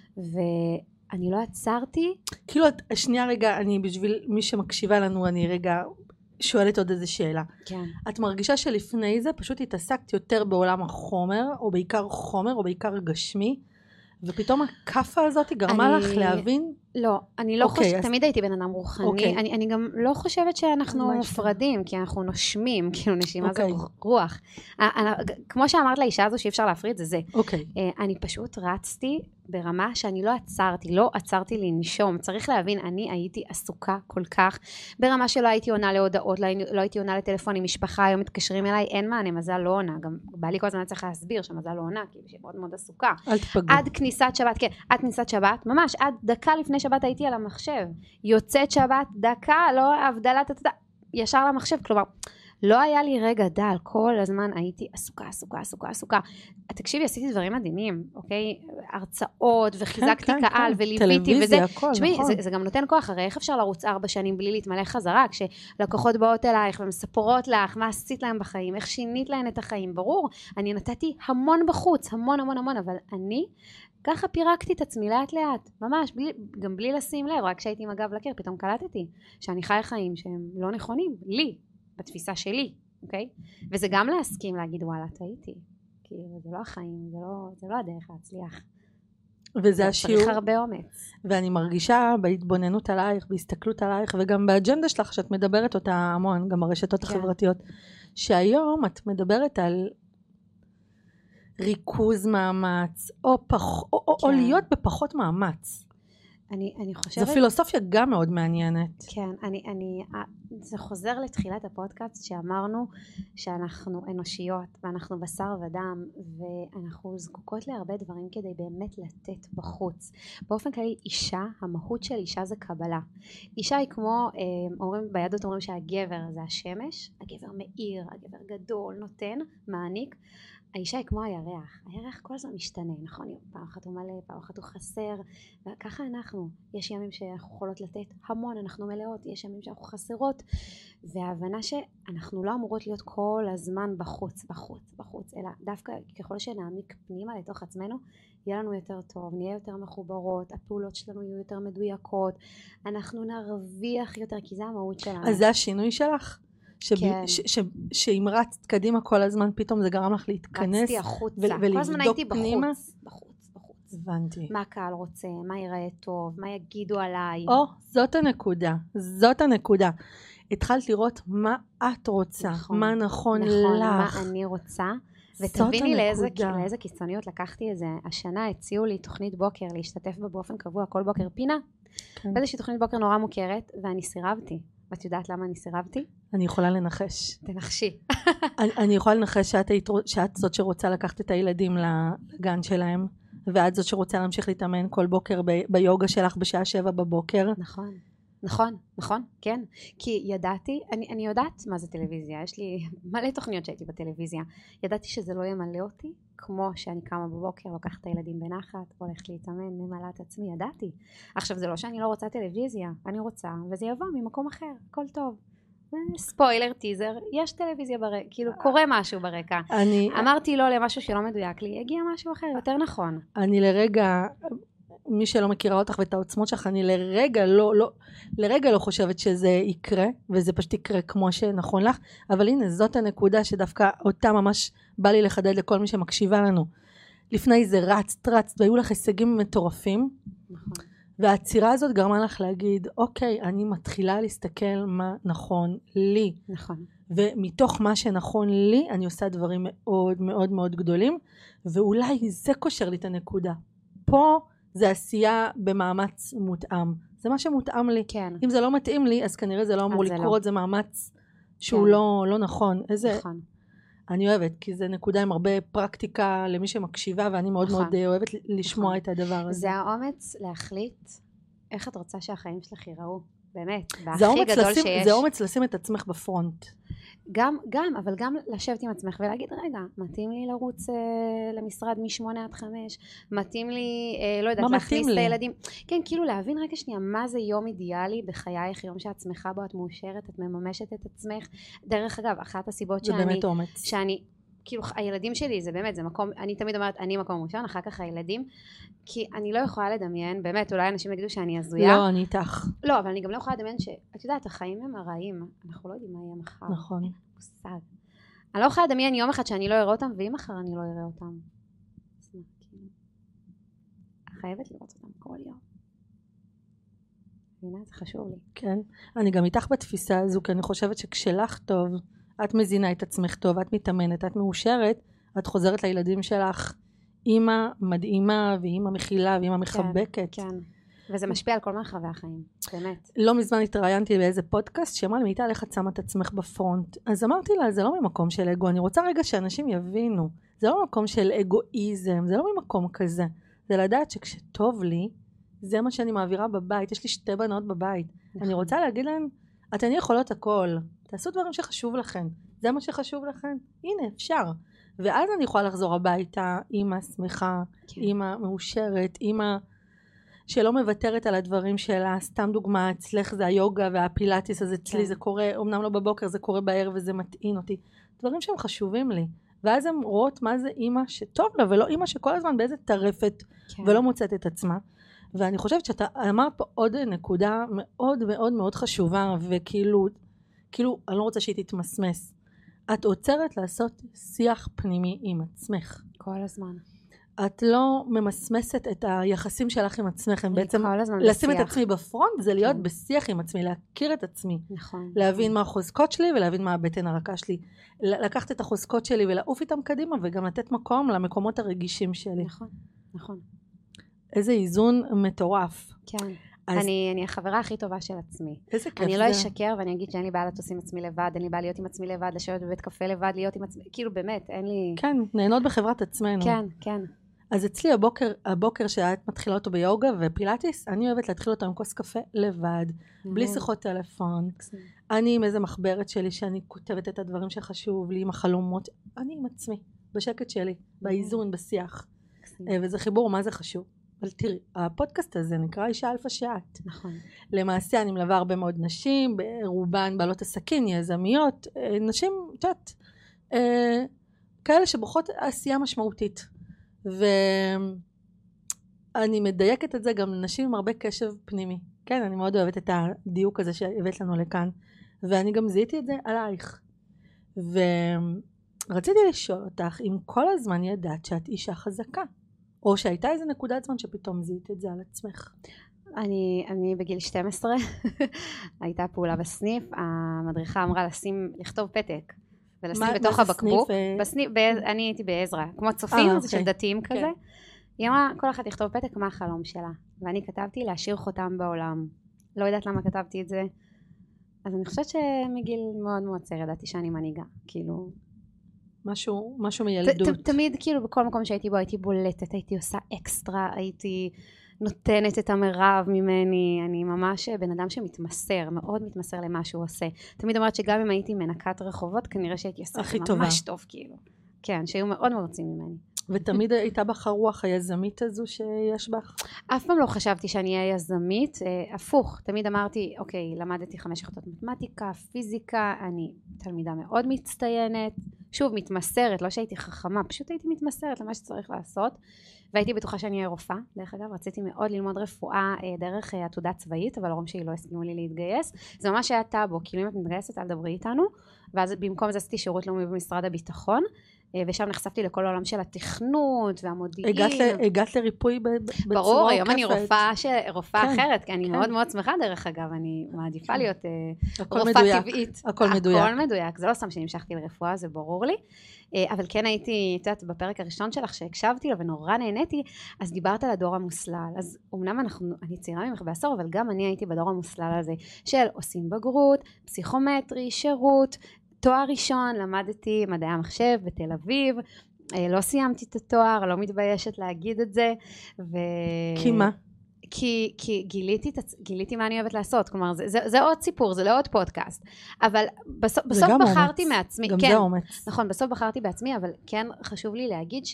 ואני לא עצרתי. כאילו, שנייה רגע, אני בשביל מי שמקשיבה לנו, אני רגע שואלת עוד איזה שאלה. כן. את מרגישה שלפני זה פשוט התעסקת יותר בעולם החומר, או בעיקר חומר, או בעיקר גשמי, ופתאום הכפה הזאת גרמה אני... לך להבין? לא, אני לא okay, חושבת, אז... תמיד הייתי בן אדם רוחני, okay. אני, אני גם לא חושבת שאנחנו מופרדים, כי אנחנו נושמים, כאילו נשימה okay. זה רוח. כמו שאמרת לאישה הזו שאי אפשר להפריד, זה זה. Okay. אני פשוט רצתי ברמה שאני לא עצרתי, לא עצרתי לנשום. צריך להבין, אני הייתי עסוקה כל כך, ברמה שלא הייתי עונה להודעות, לא, לא הייתי עונה לטלפונים, משפחה, היום מתקשרים אליי, אין מענה, מזל לא עונה. גם בא לי כל הזמן צריך להסביר שמזל לא עונה, כאילו שהיא מאוד מאוד עסוקה. אל תפגעו. עד כניסת שבת, כן, עד כניסת שבת, ממש, עד דקה לפני שבת הייתי על המחשב. יוצאת שבת, דקה, לא הבדלת, ישר למחשב, כלומר, לא היה לי רגע דל, כל הזמן הייתי עסוקה, עסוקה, עסוקה, עסוקה. תקשיבי, עשיתי דברים מדהימים, אוקיי? הרצאות, וחיזקתי כן, קהל, כן, וליוויתי, טלוויזיה, וזה, הכל, תשמעי, נכון. זה, זה גם נותן כוח, הרי איך אפשר לרוץ ארבע שנים בלי להתמלא חזרה, כשלקוחות באות אלייך ומספרות לך, מה עשית להם בחיים, איך שינית להן את החיים, ברור, אני נתתי המון בחוץ, המון המון המון, אבל אני ככה פירקתי את עצמי לאט לאט, ממש, בלי, גם בלי לשים לב, רק כשהייתי עם הגב לקיר, פתאום קלטתי שאני חי חיים שהם לא נכונים, לי, בתפיסה שלי. אוקיי? וזה גם להסכים להגיד וואלה טעיתי, כי זה לא החיים, זה לא, זה לא הדרך להצליח. וזה השיעור. צריך הרבה אומץ. ואני מרגישה בהתבוננות עלייך, בהסתכלות עלייך, וגם באג'נדה שלך שאת מדברת אותה המון, גם הרשתות כן. החברתיות, שהיום את מדברת על ריכוז מאמץ, או, פח, או, כן. או להיות בפחות מאמץ. אני, אני חושבת... זו פילוסופיה גם מאוד מעניינת. כן, אני, אני, זה חוזר לתחילת הפודקאסט שאמרנו שאנחנו אנושיות ואנחנו בשר ודם ואנחנו זקוקות להרבה דברים כדי באמת לתת בחוץ. באופן כללי אישה, המהות של אישה זה קבלה. אישה היא כמו, אומרים, ביהדות אומרים שהגבר זה השמש, הגבר מאיר, הגבר גדול, נותן, מעניק. האישה היא כמו הירח, הירח כל הזמן משתנה, נכון? פעם אחת הוא מלא, פעם אחת הוא חסר, וככה אנחנו, יש ימים שאנחנו יכולות לתת המון, אנחנו מלאות, יש ימים שאנחנו חסרות, וההבנה שאנחנו לא אמורות להיות כל הזמן בחוץ, בחוץ, בחוץ, אלא דווקא ככל שנעמיק פנימה לתוך עצמנו, יהיה לנו יותר טוב, נהיה יותר מחוברות, הפעולות שלנו יהיו יותר מדויקות, אנחנו נרוויח יותר, כי זה המהות שלנו. אז זה השינוי שלך? כן. שאם רצת קדימה כל הזמן, פתאום זה גרם לך להתכנס רצתי החוצה, ולבדוק כל הזמן הייתי פנימה? בחוץ, בחוץ, בחוץ. הבנתי. מה הקהל רוצה, מה ייראה טוב, מה יגידו עליי. או, זאת הנקודה, זאת הנקודה. התחלת לראות מה את רוצה, נכון, מה נכון, נכון, לך. מה אני רוצה. זאת ותביני לאיזה, הנקודה. לאיזה קיצוניות לקחתי את זה. השנה הציעו לי תוכנית בוקר, להשתתף בה באופן קבוע כל בוקר פינה. כן. באיזושהי תוכנית בוקר נורא מוכרת, ואני סירבתי. ואת יודעת למה אני סירבתי? אני יכולה לנחש. תנחשי. אני, אני יכולה לנחש שאת, היית, שאת זאת שרוצה לקחת את הילדים לגן שלהם, ואת זאת שרוצה להמשיך להתאמן כל בוקר ב, ביוגה שלך בשעה שבע בבוקר. נכון. נכון, נכון, כן. כי ידעתי, אני, אני יודעת מה זה טלוויזיה, יש לי מלא תוכניות שהייתי בטלוויזיה. ידעתי שזה לא ימלא אותי, כמו שאני קמה בבוקר, לוקחת את הילדים בנחת, הולכת להתאמן, ממלא את עצמי, ידעתי. עכשיו זה לא שאני לא רוצה טלוויזיה, אני רוצה, וזה יבוא ממקום אחר, הכל טוב. ספוילר, טיזר, יש טלוויזיה ברקע, כאילו קורה משהו ברקע. אני, אמרתי לא למשהו שלא מדויק לי, הגיע משהו אחר, יותר נכון. אני לרגע, מי שלא מכירה אותך ואת העוצמות שלך, אני לרגע לא, לא, לרגע לא חושבת שזה יקרה, וזה פשוט יקרה כמו שנכון לך, אבל הנה זאת הנקודה שדווקא אותה ממש בא לי לחדד לכל מי שמקשיבה לנו. לפני זה רצת, רצת, והיו לך הישגים מטורפים, נכון. והעצירה הזאת גרמה לך להגיד, אוקיי, אני מתחילה להסתכל מה נכון לי. נכון. ומתוך מה שנכון לי, אני עושה דברים מאוד מאוד מאוד גדולים, ואולי זה קושר לי את הנקודה. פה זה עשייה במאמץ מותאם. זה מה שמותאם לי. כן. אם זה לא מתאים לי, אז כנראה זה לא אמור לקרות, לא. זה מאמץ שהוא כן. לא, לא נכון. איזה... נכון. אני אוהבת, כי זה נקודה עם הרבה פרקטיקה למי שמקשיבה, ואני מאוד נכון. מאוד אוהבת לשמוע נכון. את הדבר הזה. זה האומץ להחליט איך את רוצה שהחיים שלך ייראו. באמת, זה והכי גדול לשים, שיש. זה אומץ לשים את עצמך בפרונט. גם, גם, אבל גם לשבת עם עצמך ולהגיד, רגע, מתאים לי לרוץ אה, למשרד משמונה עד חמש, מתאים לי, אה, לא יודעת, להכניס את הילדים. כן, כאילו להבין רגע שנייה, מה זה יום אידיאלי בחייך, יום שאת שמחה בו, את מאושרת, את מממשת את עצמך. דרך אגב, אחת הסיבות שאני... זה באמת אומץ. שאני, כאילו, הילדים שלי, זה באמת, זה מקום, אני תמיד אומרת, אני מקום ראשון, אחר כך הילדים, כי אני לא יכולה לדמיין, באמת, אולי אנשים יגידו שאני הזויה. לא, אני איתך. לא, אבל אני גם לא יכולה לדמיין שאת יודעת, החיים הם הרעים, אנחנו לא יודעים מה יהיה מחר. נכון. מושג. אני לא יכולה לדמיין יום אחד שאני לא אראה אותם, ואם מחר אני לא אראה אותם. חייבת לראות אותם כל יום. הנה, זה חשוב לי. כן, אני גם איתך בתפיסה הזו, כי אני חושבת שכשלך טוב, את מזינה את עצמך טוב, את מתאמנת, את מאושרת, את חוזרת לילדים שלך, אימא מדהימה, ואימא מכילה, ואימא מחבקת. כן, כן. וזה משפיע על כל מרחבי החיים, באמת. לא מזמן התראיינתי באיזה פודקאסט, שאמרה לי, מיטל, איך את שמה את עצמך בפרונט? אז אמרתי לה, זה לא ממקום של אגו, אני רוצה רגע שאנשים יבינו, זה לא ממקום של אגואיזם, זה לא ממקום כזה, זה לדעת שכשטוב לי, זה מה שאני מעבירה בבית, יש לי שתי בנות בבית, אני רוצה להגיד להן, אתן יכולות הכל, תעשו דברים שחשוב לכן, זה מה שחשוב לכן, הנה אפשר, ואז אני יכולה לחזור הביתה, אמא שמחה, אמא מאושרת, אמא שלא מוותרת על הדברים שלה. סתם דוגמה, אצלך זה היוגה והפילאטיס, אז אצלי זה קורה, אמנם לא בבוקר, זה קורה בערב וזה מתעין אותי, דברים שהם חשובים לי, ואז הן רואות מה זה אמא שטוב לה, ולא אמא שכל הזמן באיזה טרפת ולא מוצאת את עצמה. ואני חושבת שאתה אמרת פה עוד נקודה מאוד מאוד מאוד חשובה, וכאילו, כאילו, אני לא רוצה שהיא תתמסמס. את עוצרת לעשות שיח פנימי עם עצמך. כל הזמן. את לא ממסמסת את היחסים שלך עם עצמך, בעצם לשים את עצמי בפרונט, זה להיות בשיח עם עצמי, להכיר את עצמי. נכון. להבין מה החוזקות שלי, ולהבין מה הבטן הרכה שלי. לקחת את החוזקות שלי ולעוף איתם קדימה, וגם לתת מקום למקומות הרגישים שלי. נכון, נכון. איזה איזון מטורף. כן. אני, אני החברה הכי טובה של עצמי. איזה כיף אני זה. לא אשקר ואני אגיד שאין לי בעיה לטוס עם עצמי לבד, אין לי בעיה להיות עם עצמי לבד, לשבת בבית קפה לבד, להיות עם עצמי, כאילו באמת, אין לי... כן, נהנות בחברת עצמנו. כן, כן. אז אצלי הבוקר, הבוקר שאת מתחילה אותו ביוגה ופילאטיס, אני אוהבת להתחיל אותו עם כוס קפה לבד, בלי שיחות טלפון. אני עם איזה מחברת שלי שאני כותבת את הדברים שחשוב לי, עם החלומות, אני עם עצמי. בשקט שלי, באיזון, בשיח. וזה חיבור, מה זה חשוב? אבל תראי, הפודקאסט הזה נקרא אישה אלפא שאת. נכון. למעשה אני מלווה הרבה מאוד נשים, ברובן בעלות עסקים, יזמיות, נשים, את יודעת, כאלה שבוחרות עשייה משמעותית. ואני מדייקת את זה גם לנשים עם הרבה קשב פנימי. כן, אני מאוד אוהבת את הדיוק הזה שהבאת לנו לכאן. ואני גם זיהיתי את זה עלייך. ורציתי לשאול אותך, אם כל הזמן ידעת שאת אישה חזקה, או שהייתה איזו נקודת זמן שפתאום זיהית את זה על עצמך? אני, אני בגיל שתים עשרה, הייתה פעולה בסניף, המדריכה אמרה לשים, לכתוב פתק, ולשים מה, בתוך מה זה הבקבוק. סניף? בסניף, ב, אני הייתי בעזרה, כמו צופים, אה, זה אוקיי. של דתיים כן. כזה. היא אמרה, כל אחת לכתוב פתק, מה החלום שלה. ואני כתבתי להשאיר חותם בעולם. לא יודעת למה כתבתי את זה. אז אני חושבת שמגיל מאוד מאוד צעיר ידעתי שאני מנהיגה, כאילו... משהו, משהו מילדות. ת, תמיד כאילו בכל מקום שהייתי בו הייתי בולטת, הייתי עושה אקסטרה, הייתי נותנת את המרב ממני, אני ממש בן אדם שמתמסר, מאוד מתמסר למה שהוא עושה. תמיד אומרת שגם אם הייתי מנקת רחובות, כנראה שהייתי עושה הכי ממש טובה. טוב כאילו. כן, שהיו מאוד מרוצים ממני. ותמיד הייתה בך הרוח היזמית הזו שיש בך? אף פעם לא חשבתי שאני אהיה יזמית, אה, הפוך, תמיד אמרתי, אוקיי, למדתי חמש יחידות מתמטיקה, פיזיקה, אני תלמידה מאוד מצטיינת, שוב, מתמסרת, לא שהייתי חכמה, פשוט הייתי מתמסרת למה שצריך לעשות, והייתי בטוחה שאני אהיה רופאה, דרך אגב, רציתי מאוד ללמוד רפואה אה, דרך אה, עתודה צבאית, אבל הורים שלי לא הסכימו לי להתגייס, זה ממש היה טאבו, כאילו אם את מתגייסת, אל דברי איתנו, ואז במקום זה עשיתי שירות לאומי במשרד הביטחון, ושם נחשפתי לכל העולם של התכנות והמודיעין. הגעת, ל, הגעת לריפוי בצורה עוקפת. ברור, היום אני רופאה, ש... רופאה כן, אחרת, כי אני כן. מאוד מאוד שמחה דרך אגב, אני מעדיפה להיות הכל רופאה מדויק, טבעית. הכל מדויק. הכל מדויק, זה לא סתם שנמשכתי לרפואה, זה ברור לי. אבל כן הייתי, את יודעת, בפרק הראשון שלך שהקשבתי לו ונורא נהניתי, אז דיברת על הדור המוסלל. אז אמנם אנחנו, אני צעירה ממך בעשור, אבל גם אני הייתי בדור המוסלל הזה, של עושים בגרות, פסיכומטרי, שירות, תואר ראשון, למדתי מדעי המחשב בתל אביב, לא סיימתי את התואר, לא מתביישת להגיד את זה. ו... כי מה? כי, כי גיליתי, גיליתי מה אני אוהבת לעשות, כלומר זה, זה, זה עוד סיפור, זה לא עוד פודקאסט, אבל בסוף, בסוף בחרתי אומץ. מעצמי, גם כן, זה אומץ. נכון, בסוף בחרתי בעצמי, אבל כן חשוב לי להגיד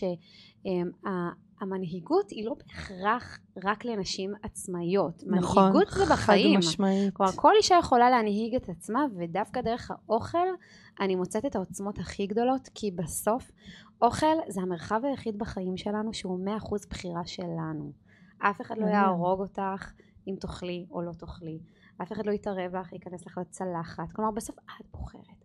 שהמנהיגות היא לא בהכרח רק לנשים עצמאיות, נכון, מנהיגות זה בחיים, חד משמעית. כלומר כל אישה יכולה להנהיג את עצמה, ודווקא דרך האוכל אני מוצאת את העוצמות הכי גדולות, כי בסוף אוכל זה המרחב היחיד בחיים שלנו שהוא מאה אחוז בחירה שלנו. אף אחד לא יהרוג אותך אם תאכלי או לא תאכלי. אף אחד לא יתערב לך, ייכנס לך לצלחת. כלומר, בסוף את בוחרת.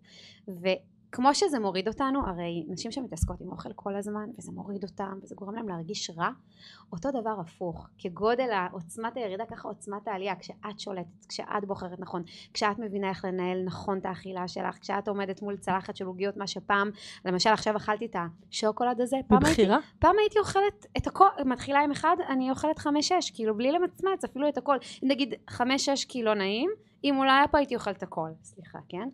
וכמו שזה מוריד אותנו, הרי נשים שמתעסקות עם אוכל כל הזמן, וזה מוריד אותם, וזה גורם להם להרגיש רע, אותו דבר הפוך. כגודל העוצמת הירידה, ככה עוצמת העלייה, כשאת שולטת, כשאת בוחרת נכון, כשאת מבינה איך לנהל נכון את האכילה שלך, כשאת עומדת מול צלחת של עוגיות, מה שפעם, למשל עכשיו אכלתי את השוקולד הזה, פעם הייתי, פעם הייתי אוכלת את הכל, מתחילה עם אחד, אני אוכלת חמש שש, כאילו בלי למצמץ, אפילו את הכל, נגיד חמש שש קילו נעים, אם אולי היה פה הייתי אוכלת הכל, סליחה, כן?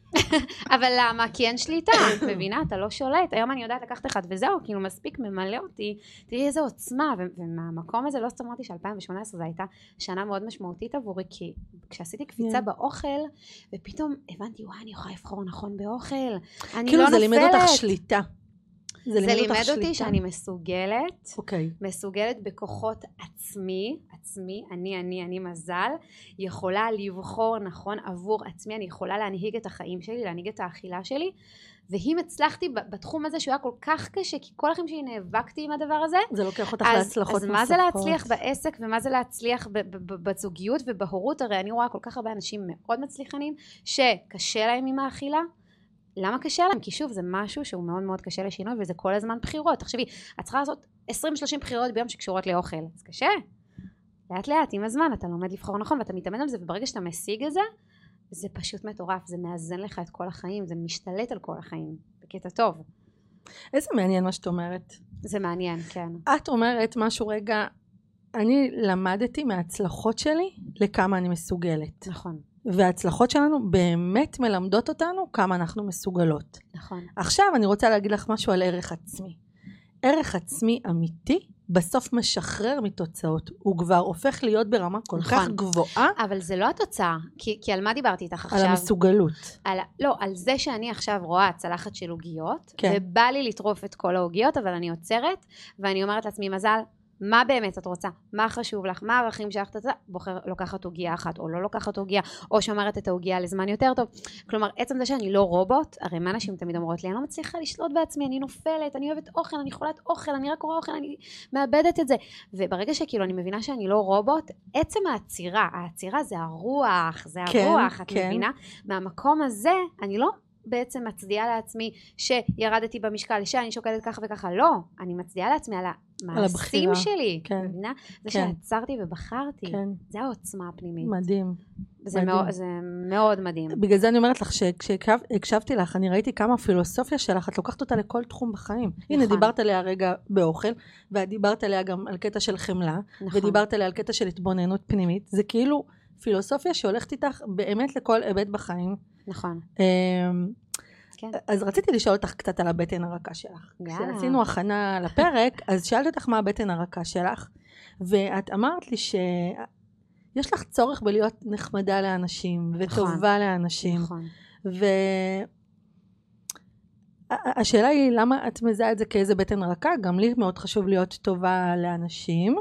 אבל למה? כי אין שליטה, מבינה? אתה לא שולט, היום אני יודעת לקחת אחד וזהו, כאילו מספיק ממלא אותי, תראי איזו עוצמה, ומהמקום הזה לא סתם אמרתי ש-אלפיים שמונה עשרה זו הייתה שנה מאוד משמעותית עבורי, כי כשעשיתי קפיצה באוכל, ופתאום הבנתי, וואי, אני יכולה לבחור נכון באוכל, אני לא נופלת. כאילו זה לימד אותך שליטה. זה לימד אותי שאני מסוגלת, אוקיי. מסוגלת בכוחות עצמי, עצמי, אני, אני, אני מזל, יכולה לבחור נכון עבור עצמי, אני יכולה להנהיג את החיים שלי, להנהיג את האכילה שלי, ואם הצלחתי בתחום הזה שהוא היה כל כך קשה, כי כל החיים שלי נאבקתי עם הדבר הזה, זה לוקח אותך להצלחות נוספות. אז מה זה להצליח בעסק, ומה זה להצליח בזוגיות ובהורות, הרי אני רואה כל כך הרבה אנשים מאוד מצליחנים, שקשה להם עם האכילה, למה קשה להם? כי שוב, זה משהו שהוא מאוד מאוד קשה לשינוי, וזה כל הזמן בחירות. תחשבי, את צריכה לעשות עשרים שלושים בחירות ביום שקשורות לאוכל. אז קשה. לאט לאט, עם הזמן, אתה לומד לבחור נכון, ואתה מתאמן על זה, וברגע שאתה משיג את זה, זה פשוט מטורף, זה מאזן לך את כל החיים, זה משתלט על כל החיים, בקטע טוב. איזה מעניין מה שאת אומרת. זה מעניין, כן. את אומרת משהו רגע, אני למדתי מההצלחות שלי לכמה אני מסוגלת. נכון. וההצלחות שלנו באמת מלמדות אותנו כמה אנחנו מסוגלות. נכון. עכשיו אני רוצה להגיד לך משהו על ערך עצמי. ערך עצמי אמיתי בסוף משחרר מתוצאות, הוא כבר הופך להיות ברמה כל נכון. כך גבוהה. אבל זה לא התוצאה, כי, כי על מה דיברתי איתך עכשיו? על המסוגלות. על, לא, על זה שאני עכשיו רואה צלחת של עוגיות, כן. ובא לי לטרוף את כל העוגיות, אבל אני עוצרת, ואני אומרת לעצמי, מזל, מה באמת את רוצה? מה חשוב לך? מה הערכים שלך? אתה בוחר לוקחת עוגיה אחת, או לא לוקחת עוגיה, או שומרת את העוגיה לזמן יותר טוב. כלומר, עצם זה שאני לא רובוט, הרי מה אנשים תמיד אומרות לי, אני לא מצליחה לשלוט בעצמי, אני נופלת, אני אוהבת אוכל, אני חולת אוכל, אני רק רואה אוכל, אני מאבדת את זה. וברגע שכאילו אני מבינה שאני לא רובוט, עצם העצירה, העצירה זה הרוח, זה כן, הרוח, את כן. מבינה? מהמקום הזה, אני לא בעצם מצדיעה לעצמי שירדתי במשקל, שאני שוקלת ככה וככה, לא, אני מצדיעה לעצמי על המעשים שלי, כן. מבינה? זה כן. שעצרתי ובחרתי, כן. זה העוצמה הפנימית. מדהים. זה מדהים. מאוד, זה מאוד מדהים. בגלל זה אני אומרת לך שכשהקשבתי לך, אני ראיתי כמה הפילוסופיה שלך, את לוקחת אותה לכל תחום בחיים. נכון. הנה, דיברת עליה רגע באוכל, ודיברת עליה גם על קטע של חמלה, נכון. ודיברת עליה על קטע של התבוננות פנימית. זה כאילו פילוסופיה שהולכת איתך באמת לכל היבט בחיים. נכון. כן. אז רציתי לשאול אותך קצת על הבטן הרכה שלך. יאללה. כשעשינו הכנה לפרק, אז שאלתי אותך מה הבטן הרכה שלך, ואת אמרת לי שיש לך צורך בלהיות נחמדה לאנשים, וטובה נכון. לאנשים. נכון. והשאלה היא, למה את מזהה את זה כאיזה בטן רכה? גם לי מאוד חשוב להיות טובה לאנשים,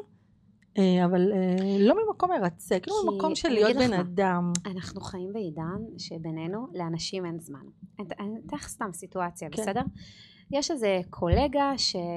אבל לא ממקום מרצה, כאילו ממקום של להיות בן אדם. אנחנו חיים בעידן שבינינו לאנשים אין זמן. אני אתן לך סתם סיטואציה, בסדר? יש איזה קולגה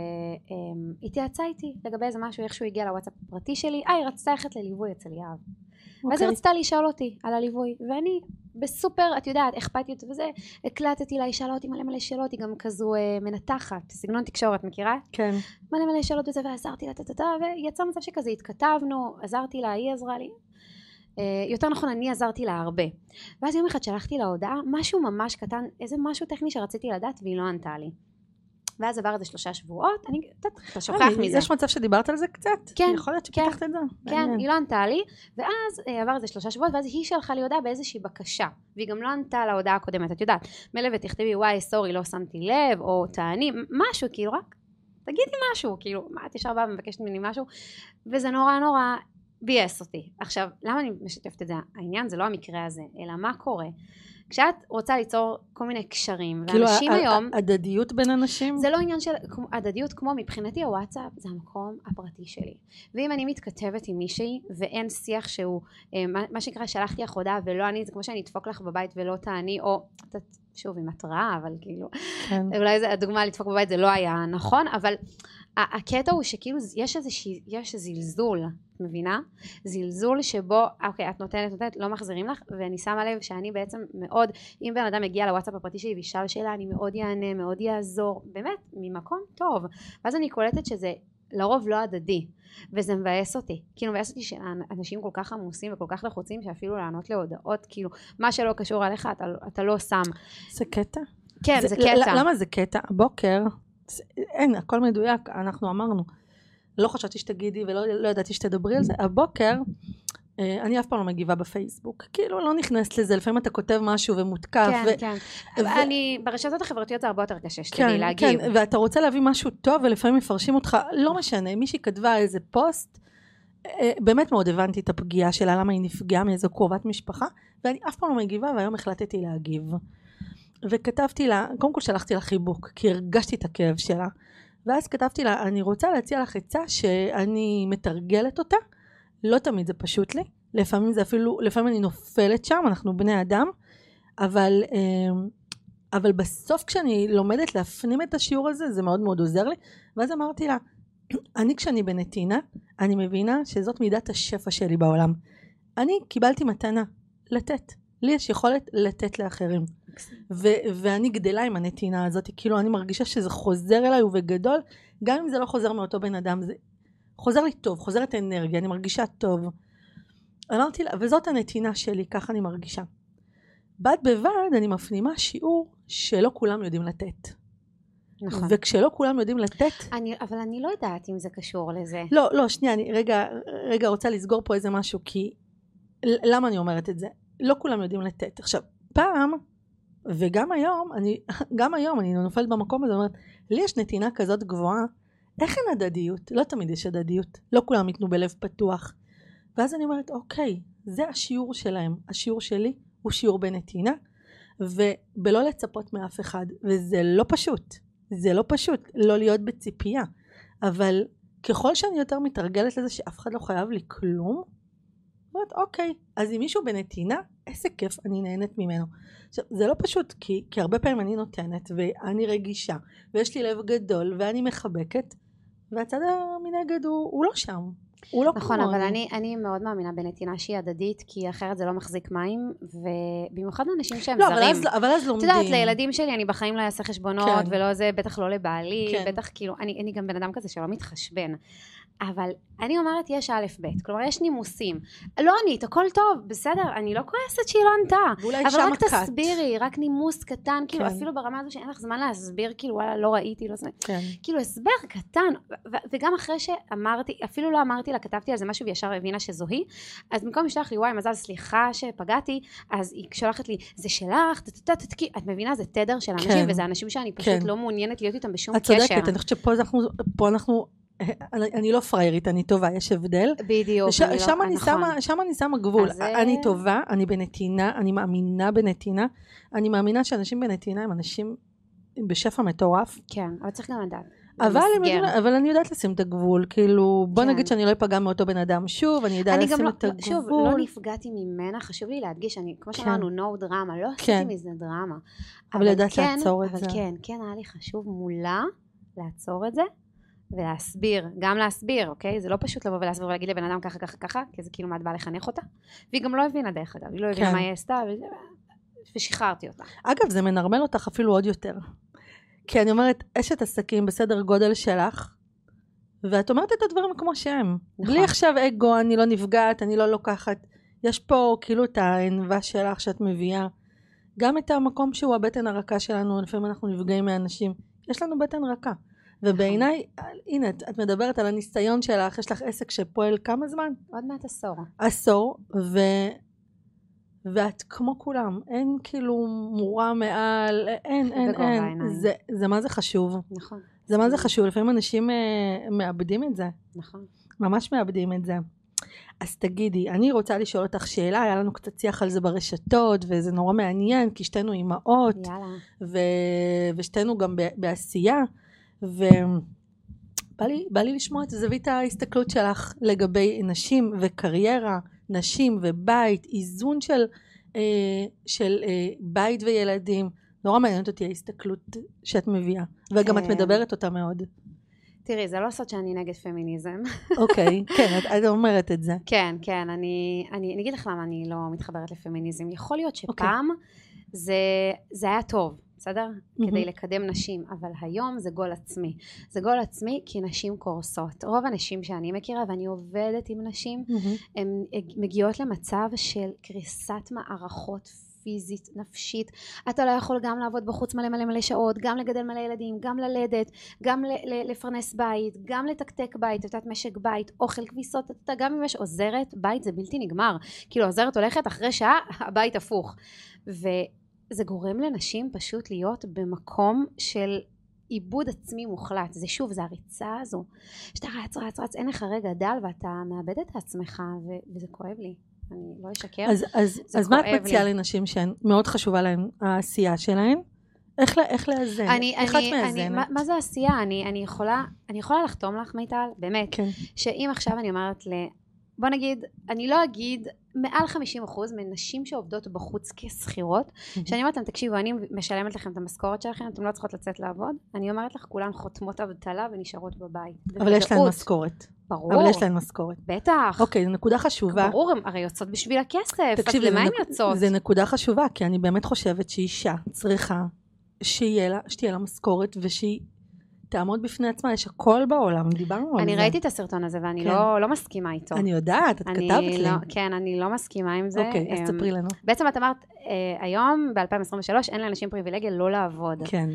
שהתייעצה איתי לגבי איזה משהו, איך שהוא הגיע לוואטסאפ הפרטי שלי, אה, היא רצתה ללכת לליווי אצל יאב. ואז היא רצתה לשאול אותי על הליווי, ואני בסופר, את יודעת, אכפתיות וזה, הקלטתי לה, היא שאלה אותי מלא מלא שאלות, היא גם כזו אה, מנתחת, סגנון תקשורת, מכירה? כן. מלא מלא שאלות וזה, ועזרתי לה, תתתה, ויצא מצב שכזה, התכתבנו, עזרתי לה, היא עזרה לי. אה, יותר נכון, אני עזרתי לה הרבה. ואז יום אחד שלחתי לה הודעה, משהו ממש קטן, איזה משהו טכני שרציתי לדעת, והיא לא ענתה לי. ואז עבר איזה שלושה שבועות, אני, אתה שוכח מזה. יש מצב שדיברת על זה קצת? כן. יכול להיות שפתחת את זה? כן, היא לא ענתה לי, ואז עבר איזה שלושה שבועות, ואז היא שלחה לי הודעה באיזושהי בקשה, והיא גם לא ענתה להודעה הקודמת, את יודעת, מלא ותכתבי, וואי, סורי, לא שמתי לב, או תעני, משהו, כאילו, רק תגידי משהו, כאילו, מה, את ישר באה ומבקשת ממני משהו, וזה נורא נורא בייס אותי. עכשיו, למה אני משתפת את זה? העניין זה לא המקרה הזה, אלא מה קורה? כשאת רוצה ליצור כל מיני קשרים, ואנשים היום... כאילו הדדיות בין אנשים? זה לא עניין של הדדיות, כמו מבחינתי הוואטסאפ, זה המקום הפרטי שלי. ואם אני מתכתבת עם מישהי, ואין שיח שהוא, מה שנקרא, שלחתי לך הודעה ולא אני, זה כמו שאני אדפוק לך בבית ולא תעני, או, שוב, עם התראה, אבל כאילו, אולי זה, הדוגמה לדפוק בבית זה לא היה נכון, אבל הקטע הוא שכאילו יש איזה, יש זלזול, את מבינה? זלזול שבו, אוקיי, את נותנת, נותנת, לא מחזירים לך, ואני שמה לב שאני בעצם מאוד, אם בן אדם מגיע לוואטסאפ הפרטי שלי וישאל שאלה, אני מאוד יענה, מאוד יעזור, באמת, ממקום טוב. ואז אני קולטת שזה לרוב לא הדדי, וזה מבאס אותי. כאילו מבאס אותי שאנשים כל כך עמוסים וכל כך לחוצים, שאפילו לענות להודעות, כאילו, מה שלא קשור עליך, אתה, אתה לא שם. זה קטע? כן, זה, זה קטע. למה זה קטע? הבוקר, אין, הכל מדויק, אנחנו אמרנו. לא חשבתי שתגידי ולא לא ידעתי שתדברי על זה. הבוקר, אני אף פעם לא מגיבה בפייסבוק. כאילו לא נכנסת לזה, לפעמים אתה כותב משהו ומותקף. כן, ו- כן. ו- אני, ברשתות החברתיות זה הרבה יותר קשה שתדעי כן, להגיב. כן, ואתה רוצה להביא משהו טוב ולפעמים מפרשים אותך, לא משנה, מישהי כתבה איזה פוסט, באמת מאוד הבנתי את הפגיעה שלה, למה היא נפגעה מאיזו קרובת משפחה, ואני אף פעם לא מגיבה, והיום החלטתי להגיב. וכתבתי לה, קודם כל שלחתי לה חיבוק, כי הרגשתי את הכאב שלה, ואז כתבתי לה, אני רוצה להציע לך עצה שאני מתרגלת אותה, לא תמיד זה פשוט לי, לפעמים זה אפילו, לפעמים אני נופלת שם, אנחנו בני אדם, אבל, אבל בסוף כשאני לומדת להפנים את השיעור הזה, זה מאוד מאוד עוזר לי, ואז אמרתי לה, אני כשאני בנתינה, אני מבינה שזאת מידת השפע שלי בעולם. אני קיבלתי מתנה, לתת. לי יש יכולת לתת לאחרים. ו- ואני גדלה עם הנתינה הזאת, כאילו אני מרגישה שזה חוזר אליי ובגדול, גם אם זה לא חוזר מאותו בן אדם, זה חוזר לי טוב, חוזרת אנרגיה, אני מרגישה טוב. אמרתי לה, וזאת הנתינה שלי, ככה אני מרגישה. בד בבד אני מפנימה שיעור שלא כולם יודעים לתת. נכון. וכשלא כולם יודעים לתת... אני, אבל אני לא יודעת אם זה קשור לזה. לא, לא, שנייה, אני רגע, רגע רוצה לסגור פה איזה משהו, כי למה אני אומרת את זה? לא כולם יודעים לתת. עכשיו, פעם, וגם היום, אני, גם היום אני נופלת במקום הזה, אומרת, לי יש נתינה כזאת גבוהה, איך אין הדדיות? לא תמיד יש הדדיות. לא כולם יתנו בלב פתוח. ואז אני אומרת, אוקיי, זה השיעור שלהם. השיעור שלי הוא שיעור בנתינה, ובלא לצפות מאף אחד. וזה לא פשוט. זה לא פשוט לא להיות בציפייה. אבל ככל שאני יותר מתרגלת לזה שאף אחד לא חייב לי כלום, אומרת, אוקיי, אז אם מישהו בנתינה, איזה כיף, אני נהנית ממנו. עכשיו, זה לא פשוט, כי, כי הרבה פעמים אני נותנת, ואני רגישה, ויש לי לב גדול, ואני מחבקת, והצד המנגד הוא, הוא לא שם. הוא לא נכון, כמוני. אבל אני, אני מאוד מאמינה בנתינה שהיא הדדית, כי אחרת זה לא מחזיק מים, ובמיוחד אנשים שהם לא, זרים. אבל אז, אבל אז לומדים. את יודעת, לילדים שלי, אני בחיים לא אעשה חשבונות, כן. ולא זה, בטח לא לבעלי, כן. בטח כאילו, אני, אני גם בן אדם כזה שלא מתחשבן. אבל אני אומרת, יש א' ב', כלומר, יש נימוסים. לא ענית, הכל טוב, בסדר, אני לא כועסת שהיא לא ענתה. ואולי אבל רק שם הקט. תסבירי, רק נימוס קטן, כאילו, כן. אפילו ברמה הזו שאין לך זמן להסביר, כאילו, וואלה, לא ראיתי, לא זה. כן. כאילו, הסבר קטן, ו- וגם אחרי שאמרתי, אפילו לא אמרתי לה, כתבתי על זה משהו וישר הבינה שזו היא, אז במקום לשלוח לי, וואי, מזל, סליחה שפגעתי, אז היא שולחת לי, זה שלך, את מבינה, זה תדר של אנשים, כן. וזה אנשים שאני פשוט כן. לא מעוניינת להיות איתם בשום את קשר. צודקת, אני חושבת שפה אנחנו, פה אנחנו, אני, אני לא פריירית, אני טובה, יש הבדל. בדיוק. ש, אני שם, לא, אני נכון. שמה, שם אני שמה גבול. אז, אני טובה, אני בנתינה, אני מאמינה בנתינה, אני מאמינה שאנשים בנתינה הם אנשים בשפע מטורף. כן, אבל צריך גם לדעת. אבל, יודעת, אבל אני יודעת לשים את הגבול, כאילו, בוא כן. נגיד שאני לא אפגע מאותו בן אדם שוב, אני יודעת לשים לא, את הגבול. שוב, לא נפגעתי ממנה, חשוב לי להדגיש, אני, כמו כן. שאמרנו, no דרמה, לא כן. עשיתי מזה דרמה. אבל יודעת כן, לעצור את אבל זה. אבל כן, כן, היה לי חשוב מולה לעצור את זה, ולהסביר, גם להסביר, אוקיי? זה לא פשוט לבוא ולהסביר ולהגיד לבן אדם ככה, ככה, ככה, כי זה כאילו מה את באה לחנך אותה, והיא גם לא הבינה דרך אגב, היא לא הבינה כן. מה היא עשתה, ושחררתי אותה. אגב, זה מנרמל אותך אפילו עוד יותר. כי אני אומרת, אשת עסקים בסדר גודל שלך, ואת אומרת את הדברים כמו שהם. נכון. בלי עכשיו אגו, אני לא נפגעת, אני לא לוקחת. יש פה כאילו את הענווה שלך שאת מביאה. גם את המקום שהוא הבטן הרכה שלנו, לפעמים אנחנו נפגעים מאנשים. יש לנו בטן רכה. ובעיניי, הנה, את, את מדברת על הניסיון שלך, יש לך עסק שפועל כמה זמן? עוד מעט עשור. עשור, ו... ואת כמו כולם, אין כאילו מורה מעל, אין, אין, אין. זה, זה מה זה חשוב. נכון. זה מה זה חשוב, לפעמים אנשים אה, מאבדים את זה. נכון. ממש מאבדים את זה. אז תגידי, אני רוצה לשאול אותך שאלה, היה לנו קצת שיח על זה ברשתות, וזה נורא מעניין, כי שתינו אימהות, יאללה. ו- ושתינו גם ב- בעשייה, ובא לי, בא לי לשמוע את זווית ההסתכלות שלך לגבי נשים וקריירה, נשים ובית, איזון של, אה, של אה, בית וילדים. נורא מעניינת אותי ההסתכלות שאת מביאה, וגם את מדברת אותה מאוד. תראי, זה לא סוד שאני נגד פמיניזם. אוקיי, כן, את, את אומרת את זה. כן, כן, אני, אני, אני אגיד לך למה אני לא מתחברת לפמיניזם. יכול להיות שפעם זה, זה היה טוב, בסדר? כדי לקדם נשים, אבל היום זה גול עצמי. זה גול עצמי כי נשים קורסות. רוב הנשים שאני מכירה, ואני עובדת עם נשים, הן מגיעות למצב של קריסת מערכות פיזית, נפשית. אתה לא יכול גם לעבוד בחוץ מלא מלא מלא שעות, גם לגדל מלא ילדים, גם ללדת, גם לפרנס בית, גם לתקתק בית, לתת משק בית, אוכל כביסות, גם אם יש עוזרת, בית זה בלתי נגמר. כאילו עוזרת הולכת אחרי שעה, הבית הפוך. וזה גורם לנשים פשוט להיות במקום של עיבוד עצמי מוחלט. זה שוב, זה הריצה הזו. שאתה רץ, רץ, רץ, אין לך רגע דל ואתה מאבד את עצמך, וזה כואב לי. אני לא אשקר. אז, אז, אז מה את מציעה לנשים שהן מאוד חשובה להן העשייה שלהן? איך, איך לאזן? אני, איך אני, את מאזנת? אני, מה, מה זה עשייה? אני, אני יכולה, אני יכולה לחתום לך מיטל, באמת, כן. שאם עכשיו אני אומרת ל... בוא נגיד, אני לא אגיד, מעל חמישים אחוז מנשים שעובדות בחוץ כסחירות, שאני אומרת להם, תקשיבו, אני משלמת לכם את המשכורת שלכם, אתם לא צריכות לצאת לעבוד, אני אומרת לך, כולן חותמות אבטלה ונשארות בבית. אבל יש להן משכורת. ברור. אבל יש להן משכורת. בטח. אוקיי, זו נקודה חשובה. ברור, הן הרי יוצאות בשביל הכסף, תקשיבי, אז למה הן נק... יוצאות? זה נקודה חשובה, כי אני באמת חושבת שאישה צריכה שתהיה לה, שתהיה לה משכורת, ושהיא תעמוד בפני עצמה, יש הכל בעולם, דיברנו על זה. אני ראיתי את הסרטון הזה, ואני לא, לא מסכימה איתו. אני יודעת, את כתבת לי. כן, אני לא מסכימה עם זה. אוקיי, אז תספרי לנו. בעצם את אמרת, היום, ב-אלפיים עשרים ושלוש, אין לאנשים פריבילגיה לא לעבוד. כן.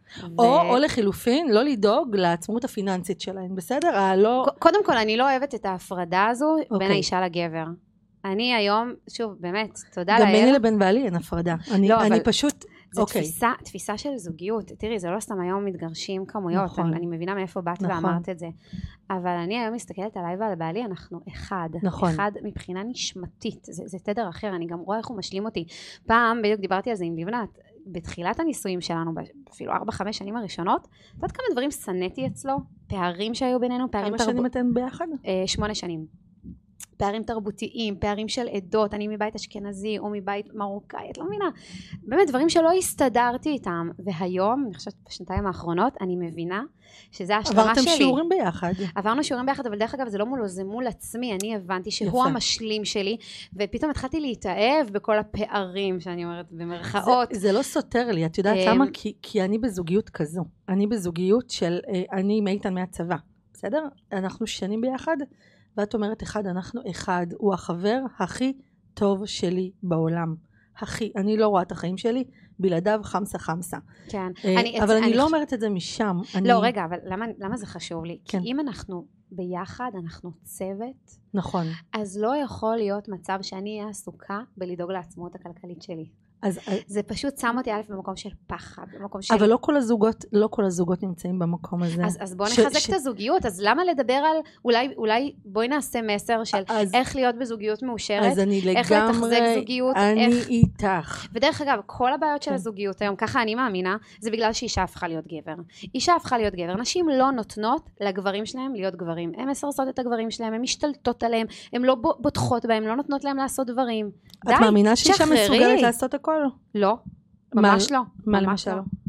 או לחילופין, לא לדאוג לעצמאות הפיננסית שלהן, בסדר? קודם כל, אני לא אוהבת את ההפרדה הזו בין האישה לגבר. אני היום, שוב, באמת, תודה לאל. גם ביני לבין בעלי אין הפרדה. אני פשוט... זו okay. תפיסה, תפיסה של זוגיות. תראי, זה לא סתם היום מתגרשים כמויות, נכון. אני, אני מבינה מאיפה באת נכון. ואמרת את זה. אבל אני היום מסתכלת עליי ועל בעלי, אנחנו אחד. נכון. אחד מבחינה נשמתית. זה, זה תדר אחר, אני גם רואה איך הוא משלים אותי. פעם, בדיוק דיברתי על זה עם לבנת, בתחילת הניסויים שלנו, אפילו ארבע, חמש שנים הראשונות, את יודעת כמה דברים סנתי אצלו? פערים שהיו בינינו, פערים תרבות. כמה שנים אתן ביחד? אה, שמונה שנים. פערים תרבותיים, פערים של עדות, אני מבית אשכנזי או מבית מרוקאי, את לא מבינה. באמת דברים שלא הסתדרתי איתם, והיום, אני חושבת בשנתיים האחרונות, אני מבינה שזה ההשלמה שלי. עברתם שיעורים ביחד. עברנו שיעורים ביחד, אבל דרך אגב זה לא מולו, זה מול עצמי, אני הבנתי שהוא יפה. המשלים שלי, ופתאום התחלתי להתאהב בכל הפערים שאני אומרת במרכאות. זה, זה לא סותר לי, את יודעת למה? כי, כי אני בזוגיות כזו, אני בזוגיות של, אני עם איתן מהצבא, בסדר? אנחנו שנים ביחד, ואת אומרת אחד, אנחנו אחד, הוא החבר הכי טוב שלי בעולם. הכי, אני לא רואה את החיים שלי, בלעדיו חמסה חמסה. כן. אה, אני, אבל אני, אני לא אומרת את זה משם. אני... לא, רגע, אבל למה, למה זה חשוב לי? כן. כי אם אנחנו ביחד, אנחנו צוות. נכון. אז לא יכול להיות מצב שאני אהיה עסוקה בלדאוג לעצמאות הכלכלית שלי. אז, זה פשוט שם אותי א' במקום של פחד, במקום של... אבל לא כל הזוגות, לא כל הזוגות נמצאים במקום הזה. אז, אז בוא נחזק ש... את הזוגיות, אז למה לדבר על, אולי, אולי בואי נעשה מסר של אז, איך להיות בזוגיות מאושרת, אז אני איך לגמרי, לתחזק זוגיות, אני איך... איתך. ודרך אגב, כל הבעיות של הזוגיות היום, ככה אני מאמינה, זה בגלל שאישה הפכה להיות גבר. אישה הפכה להיות גבר. נשים לא נותנות לגברים שלהם להיות גברים. הן מסרסות את הגברים שלהם, הן משתלטות עליהם, הן לא בוטחות בהם, לא נותנות להם לעשות דברים. את מאמינה שאישה מסוגלת לעשות הכל? לא, ממש לא. מה למשל?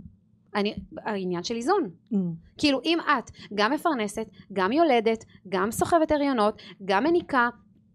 אני, העניין של איזון. כאילו, אם את גם מפרנסת, גם יולדת, גם סוחבת הריונות, גם מניקה,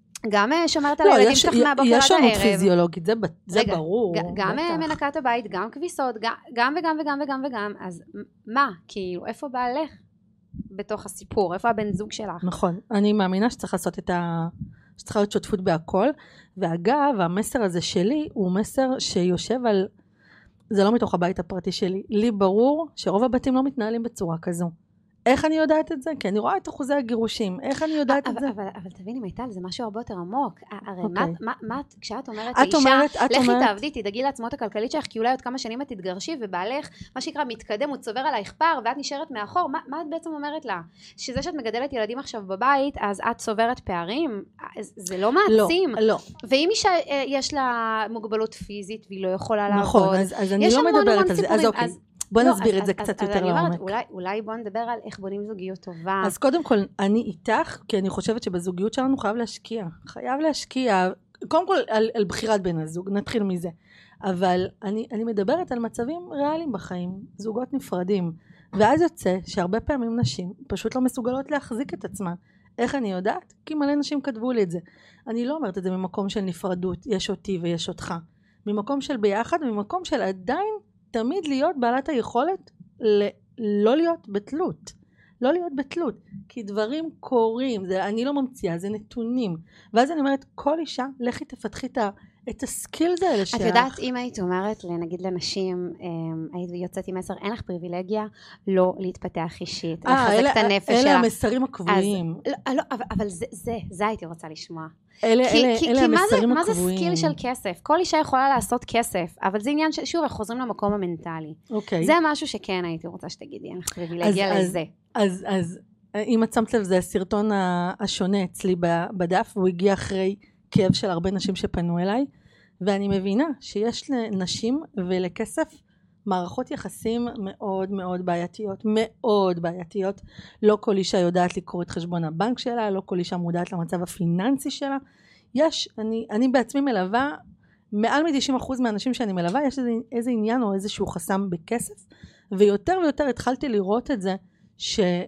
גם שומרת על הילדים שלך מהבוקר עד הערב. יש שונות פיזיולוגית, זה ברור. גם מנקת הבית, גם כביסות, גם וגם וגם וגם וגם. אז מה? כאילו, איפה בעלך בתוך הסיפור? איפה הבן זוג שלך? נכון. אני מאמינה שצריך לעשות את ה... שצריכה להיות שותפות בהכל, ואגב, המסר הזה שלי הוא מסר שיושב על, זה לא מתוך הבית הפרטי שלי, לי ברור שרוב הבתים לא מתנהלים בצורה כזו. איך אני יודעת את זה? כי אני רואה את אחוזי הגירושים, איך אני יודעת את זה? אבל, אבל תביני מיטל, זה משהו הרבה יותר עמוק. הרי מה, מה, מה, כשאת אומרת לאישה, לכי תעבדי, תדאגי לעצמאות הכלכלית שלך, כי אולי עוד כמה שנים את תתגרשי, ובעלך, מה שיקרה, מתקדם, הוא צובר עלייך פער, ואת נשארת מאחור, מה, מה את בעצם אומרת לה? שזה שאת מגדלת ילדים עכשיו בבית, אז את צוברת פערים? זה לא מעצים. לא, לא. ואם אישה יש לה מוגבלות פיזית, והיא לא יכולה לעבוד, נכון, אז, אז אני לא מדברת על זה, אז אוקיי. בוא לא, נסביר אז, את זה אז, קצת אז, יותר אז לעומק. אולי, אולי בוא נדבר על איך בונים זוגיות טובה. אז קודם כל, אני איתך, כי אני חושבת שבזוגיות שלנו חייב להשקיע. חייב להשקיע, קודם כל על, על בחירת בן הזוג, נתחיל מזה. אבל אני, אני מדברת על מצבים ריאליים בחיים, זוגות נפרדים. ואז יוצא שהרבה פעמים נשים פשוט לא מסוגלות להחזיק את עצמן. איך אני יודעת? כי מלא נשים כתבו לי את זה. אני לא אומרת את זה ממקום של נפרדות, יש אותי ויש אותך. ממקום של ביחד, ממקום של עדיין תמיד להיות בעלת היכולת ל- לא להיות בתלות. לא להיות בתלות. כי דברים קורים, זה, אני לא ממציאה, זה נתונים. ואז אני אומרת, כל אישה, לכי תפתחי את, את הסקילס האלה שלך. את יודעת, אם היית אומרת, נגיד לנשים, היית יוצאת עם מסר, אין לך פריבילגיה, לא להתפתח אישית, לחזק את הנפש שלך. אלה המסרים הקבועים. אז, לא, לא, אבל, אבל זה, זה, זה הייתי רוצה לשמוע. אלה, כי, אלה, כי, אלה כי המסרים מה זה, הקבועים. מה זה סקיל של כסף? כל אישה יכולה לעשות כסף, אבל זה עניין ששוב, אנחנו חוזרים למקום המנטלי. אוקיי. זה משהו שכן הייתי רוצה שתגידי, אין לך פריבילגיה אז, לזה. אז, אז, אז, אם את שמת לב, זה הסרטון השונה אצלי בדף, והוא הגיע אחרי כאב של הרבה נשים שפנו אליי, ואני מבינה שיש לנשים ולכסף מערכות יחסים מאוד מאוד בעייתיות, מאוד בעייתיות. לא כל אישה יודעת לקרוא את חשבון הבנק שלה, לא כל אישה מודעת למצב הפיננסי שלה. יש, אני, אני בעצמי מלווה, מעל מ-תשעים אחוז מהאנשים שאני מלווה, יש איזה, איזה עניין או איזשהו חסם בכסף, ויותר ויותר התחלתי לראות את זה, שזה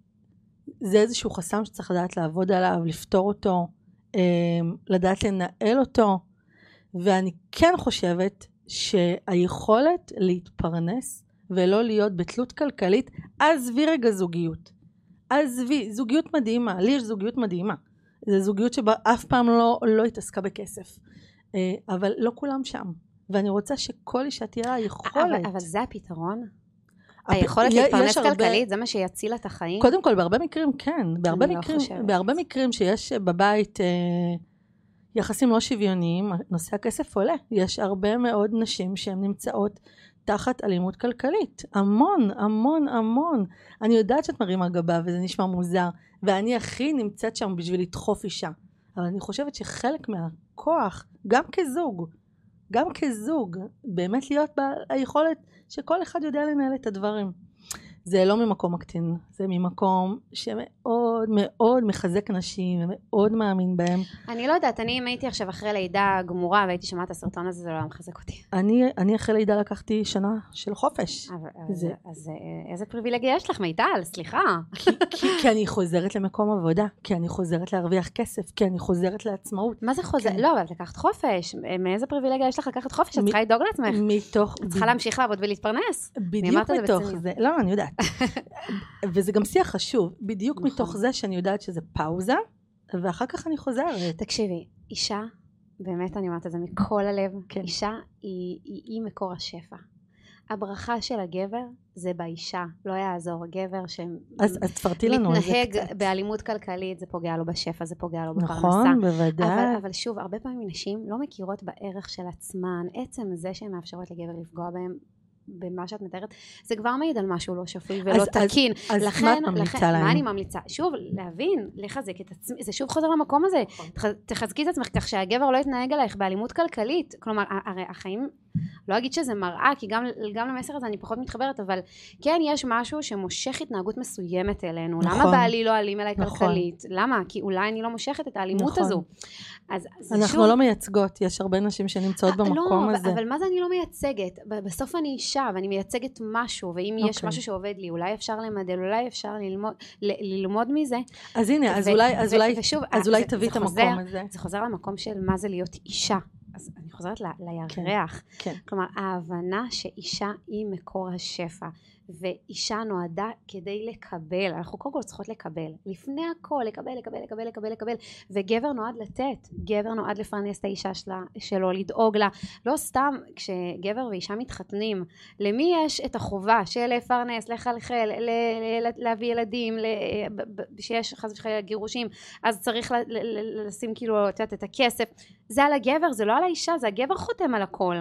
איזשהו חסם שצריך לדעת לעבוד עליו, לפתור אותו, לדעת לנהל אותו, ואני כן חושבת שהיכולת להתפרנס ולא להיות בתלות כלכלית, עזבי רגע זוגיות. עזבי, זוגיות מדהימה, לי יש זוגיות מדהימה. זו זוגיות שבה אף פעם לא, לא התעסקה בכסף. אבל לא כולם שם. ואני רוצה שכל אישה תהיה לה יכולת. אבל, אבל זה הפתרון? היכולת להתפרנס כלכלית, זה מה שיציל את החיים? קודם כל, בהרבה מקרים כן. בהרבה מקרים, בהרבה מקרים שיש בבית יחסים לא שוויוניים, נושא הכסף עולה. יש הרבה מאוד נשים שהן נמצאות תחת אלימות כלכלית. המון, המון, המון. אני יודעת שאת מרימה גבה וזה נשמע מוזר, ואני הכי נמצאת שם בשביל לדחוף אישה. אבל אני חושבת שחלק מהכוח, גם כזוג, גם כזוג, באמת להיות ביכולת שכל אחד יודע לנהל את הדברים. זה לא ממקום מקטין, זה ממקום שמאוד מאוד מחזק נשים ומאוד מאמין בהם. אני לא יודעת, אני אם הייתי עכשיו אחרי לידה גמורה והייתי שמעת הסרטון הזה, זה לא מחזק אותי. אני, אני אחרי לידה לקחתי שנה של חופש. אבל, זה... אז, אז איזה פריבילגיה יש לך, מיטל? סליחה. כי, כי, כי אני חוזרת למקום עבודה, כי אני חוזרת להרוויח כסף, כי אני חוזרת לעצמאות. מה זה חוזר? כן. לא, אבל לקחת חופש. מאיזה פריבילגיה יש לך לקחת חופש? את צריכה לדאוג לעצמך. מתוך... את צריכה להמשיך לעבוד ולהתפרנס. בדיוק מתוך זה. לא, אני יודעת. וזה גם שיח חשוב, בדיוק נכון. מתוך זה שאני יודעת שזה פאוזה, ואחר כך אני חוזרת. תקשיבי, אישה, באמת אני אומרת את זה מכל הלב, כן. אישה היא, היא, היא מקור השפע. הברכה של הגבר זה באישה, לא יעזור, גבר שמתנהג באלימות כלכלית, זה פוגע לו בשפע, זה פוגע לו בפרנסה. נכון, בוודאי. אבל, אבל שוב, הרבה פעמים נשים לא מכירות בערך של עצמן, עצם זה שהן מאפשרות לגבר לפגוע בהם, במה שאת מתארת, זה כבר מעיד על משהו לא שפוי ולא אז, תקין. אז, לכן, אז מה את ממליצה להם? מה אני ממליצה? שוב, להבין, לחזק את עצמי, זה שוב חוזר למקום הזה. תחזקי את עצמך כך שהגבר לא יתנהג עלייך באלימות כלכלית. כלומר, הרי החיים, לא אגיד שזה מראה, כי גם, גם למסר הזה אני פחות מתחברת, אבל כן יש משהו שמושך התנהגות מסוימת אלינו. נכון. למה בעלי לא אלים אליי נכון. כלכלית? למה? כי אולי אני לא מושכת את האלימות נכון. הזו. אז, אז אנחנו שוב, לא מייצגות, יש הרבה נשים שנמצאות במקום לא, הזה. אבל מה זה אני לא מייצגת? בסוף אני אישה ואני מייצגת משהו, ואם okay. יש משהו שעובד לי, אולי אפשר למדל, אולי אפשר ללמוד, ל- ללמוד מזה. אז הנה, אז ו- אולי, אז ו- אולי, ושוב, אז אולי זה, תביא זה את חוזר, המקום הזה. זה חוזר למקום של מה זה להיות אישה. אז אני חוזרת ל- לירח. כן, כן. כלומר, ההבנה שאישה היא מקור השפע. ואישה נועדה כדי לקבל, אנחנו קודם כל צריכות לקבל, לפני הכל לקבל, לקבל, לקבל, לקבל, לקבל, וגבר נועד לתת, גבר נועד לפרנס את האישה שלה, שלו, לדאוג לה, לא סתם כשגבר ואישה מתחתנים, למי יש את החובה של לפרנס, לחלחל, להביא ילדים, שיש חס וחלילה גירושים, אז צריך לשים כאילו את הכסף, זה על הגבר, זה לא על האישה, זה הגבר חותם על הכל.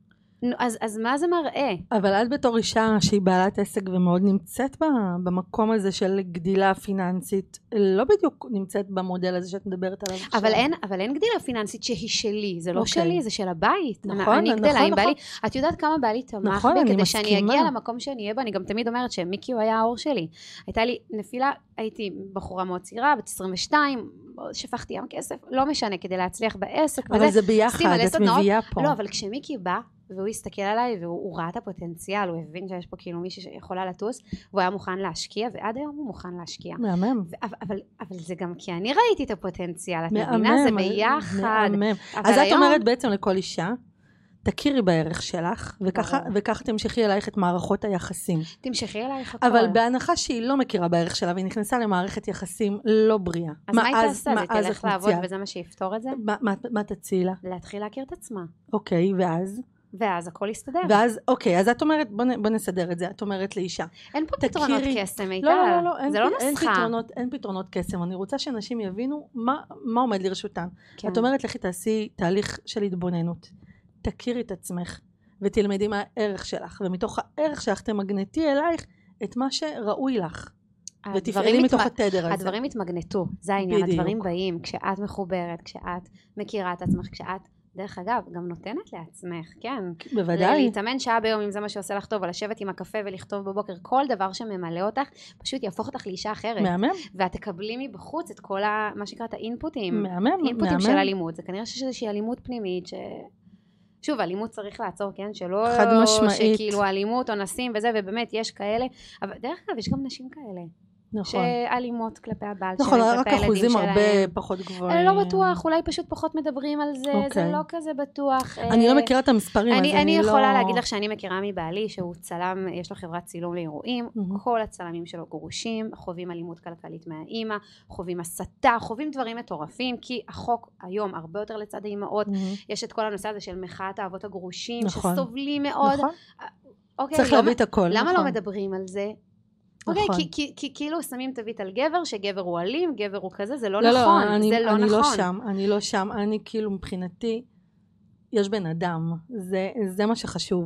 אז, אז מה זה מראה? אבל את בתור אישה שהיא בעלת עסק ומאוד נמצאת במקום הזה של גדילה פיננסית, לא בדיוק נמצאת במודל הזה שאת מדברת עליו. אבל אין, אבל אין גדילה פיננסית שהיא שלי, זה לא okay. שלי, זה של הבית. נכון, אני גדלה נכון, עם נכון. בעלי, את יודעת כמה בעלי תמך נכון, בי, כדי מסכימה. שאני אגיע למקום שאני אהיה בו, אני גם תמיד אומרת שמיקי הוא היה האור שלי. הייתה לי נפילה, הייתי בחורה מאוד צעירה, בת עשרים ושתיים, שפכתי ים כסף, לא משנה, כדי להצליח בעסק. אבל זה ביחד, את מביאה פה. לא, אבל כשמיקי בא, והוא הסתכל עליי, והוא ראה את הפוטנציאל, הוא הבין שיש פה כאילו מישהי שיכולה לטוס, והוא היה מוכן להשקיע, ועד היום הוא מוכן להשקיע. מהמם. ו- אבל, אבל זה גם כי אני ראיתי את הפוטנציאל, את מבינה, זה ביחד. מהמם. אז את אומרת בעצם לכל אישה, תכירי בערך שלך, וככה, וככה תמשכי אלייך את מערכות היחסים. תמשכי אלייך הכל. אבל בהנחה שהיא לא מכירה בערך שלה, והיא נכנסה למערכת יחסים לא בריאה. אז מה היא תעשה? זה תלך לעבוד וזה מה שיפתור את זה? מה תציעי לה? להתחיל להכיר את עצמה. אוקיי, ואז? ואז הכל יסתדר. ואז, אוקיי, אז את אומרת, בוא, בוא נסדר את זה, את אומרת לאישה. אין פה תכירי... פתרונות קסם, מיטל. לא, לא, לא, אין, זה לא אין נוסחה. פתרונות, אין פתרונות קסם. אני רוצה שאנשים יבינו מה, מה עומד לרשותן. כן. את אומרת, לכי תעשי תהליך של התבוננות. תכירי את עצמך, ותלמדי מה הערך שלך, ומתוך הערך שלך תמגנטי אלייך את מה שראוי לך. ותפעלי מתוך מת... התדר הזה. הדברים התמגנטו, זה העניין, בדיוק. הדברים באים, כשאת מחוברת, כשאת מכירה את עצמך, כשאת, דרך אגב, גם נותנת לעצמך, כן. בוודאי. להתאמן שעה ביום, אם זה מה שעושה לך טוב, או לשבת עם הקפה ולכתוב בבוקר, כל דבר שממלא אותך, פשוט יהפוך אותך לאישה אחרת. מהמם. ואת תקבלי מבחוץ את כל ה... מה שקראת האינפוטים. מהמם, אינפוטים מהמם. של אלימות. זה כנראה שיש איזושהי אלימות פנימית ש... שוב, אלימות צריך לעצור, כן? שלא... חד משמעית. שכאילו אלימות, אונסים וזה, ובאמת יש כאלה. אבל דרך אגב, יש גם נשים כאלה. נכון. שאלימות כלפי הבעל נכון, שלהם, רק כלפי הילדים אחוזים שלהם. הרבה פחות גבוהים. לא בטוח, אולי פשוט פחות מדברים על זה, אוקיי. זה לא כזה בטוח. אני לא מכירה את המספרים, אני, אז אני, אני לא... אני יכולה להגיד לך שאני מכירה מבעלי, שהוא צלם, יש לו חברת צילום לאירועים, Mm-hmm. כל הצלמים שלו גרושים, חווים אלימות כלכלית מהאימא, חווים הסתה, חווים דברים מטורפים, כי החוק היום הרבה יותר לצד האימהות, Mm-hmm. יש את כל הנושא הזה של מחאת האבות הגרושים, נכון. שסובלים מאוד. נכון. אוקיי, צריך לא, להביא את הכל. למה נכון. לא מדברים על זה? נכון. אוקיי, כי, כי, כי כאילו שמים תווית על גבר, שגבר הוא אלים, גבר הוא כזה, זה לא, לא נכון, לא, אני, זה לא אני נכון. לא שם, אני לא שם, אני כאילו מבחינתי, יש בן אדם, זה, זה מה שחשוב.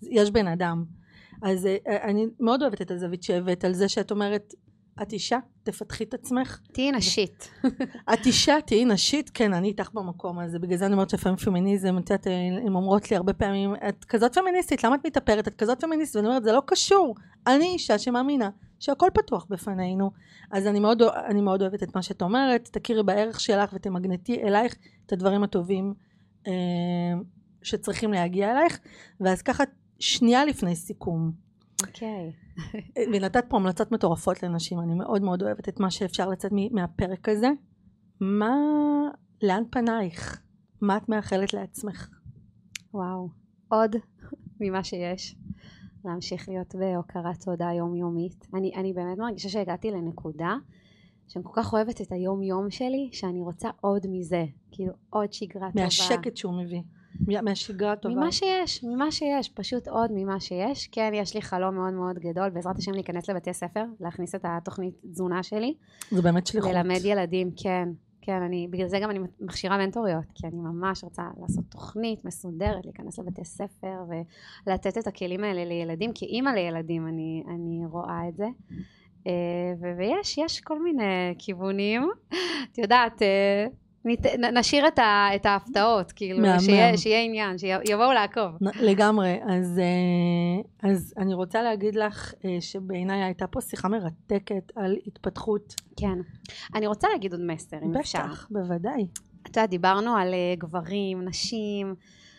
יש בן אדם. אז אני מאוד אוהבת את הזווית שהבאת על זה שאת אומרת, את אישה, תפתחי את עצמך. תהי נשית. את אישה, תהי נשית, כן, אני איתך במקום הזה, בגלל זה אני אומרת שפעמים פמיניזם, הן אומרות לי הרבה פעמים, את כזאת פמיניסטית, למה את מתאפרת? את כזאת פמיניסטית, ואני אומרת, זה לא קשור, אני אישה שמאמינה שהכל פתוח בפנינו, אז אני מאוד, אני מאוד אוהבת את מה שאת אומרת, תכירי בערך שלך ותמגנטי אלייך את הדברים הטובים אה, שצריכים להגיע אלייך, ואז ככה שנייה לפני סיכום. אוקיי. ונתת פה המלצות מטורפות לנשים, אני מאוד מאוד אוהבת את מה שאפשר לצאת מהפרק הזה. מה, לאן פנייך? מה את מאחלת לעצמך? וואו, עוד ממה שיש. להמשיך להיות בהוקרת תודה יומיומית. אני, אני באמת מרגישה שהגעתי לנקודה שאני כל כך אוהבת את היום יום שלי, שאני רוצה עוד מזה, כאילו עוד שגרה טובה. מהשקט שהוא מביא. מהשגרה טובה. ממה שיש, ממה שיש, פשוט עוד ממה שיש. כן, יש לי חלום מאוד מאוד גדול, בעזרת השם להיכנס לבתי ספר, להכניס את התוכנית תזונה שלי. זו באמת שליחות. ללמד ילדים, כן, כן, אני, בגלל זה גם אני מכשירה מנטוריות, כי אני ממש רוצה לעשות תוכנית מסודרת, להיכנס לבתי ספר ולתת את הכלים האלה לילדים, כי אימא לילדים אני, אני רואה את זה. ויש, יש כל מיני כיוונים, את יודעת, נשאיר את, ה, את ההפתעות, כאילו, שיהיה, שיהיה עניין, שיבואו לעקוב. לגמרי, אז, אז אני רוצה להגיד לך שבעיניי הייתה פה שיחה מרתקת על התפתחות. כן. אני רוצה להגיד עוד מסר, אם אפשר. בטח, בוודאי. אתה יודע, דיברנו על גברים, נשים.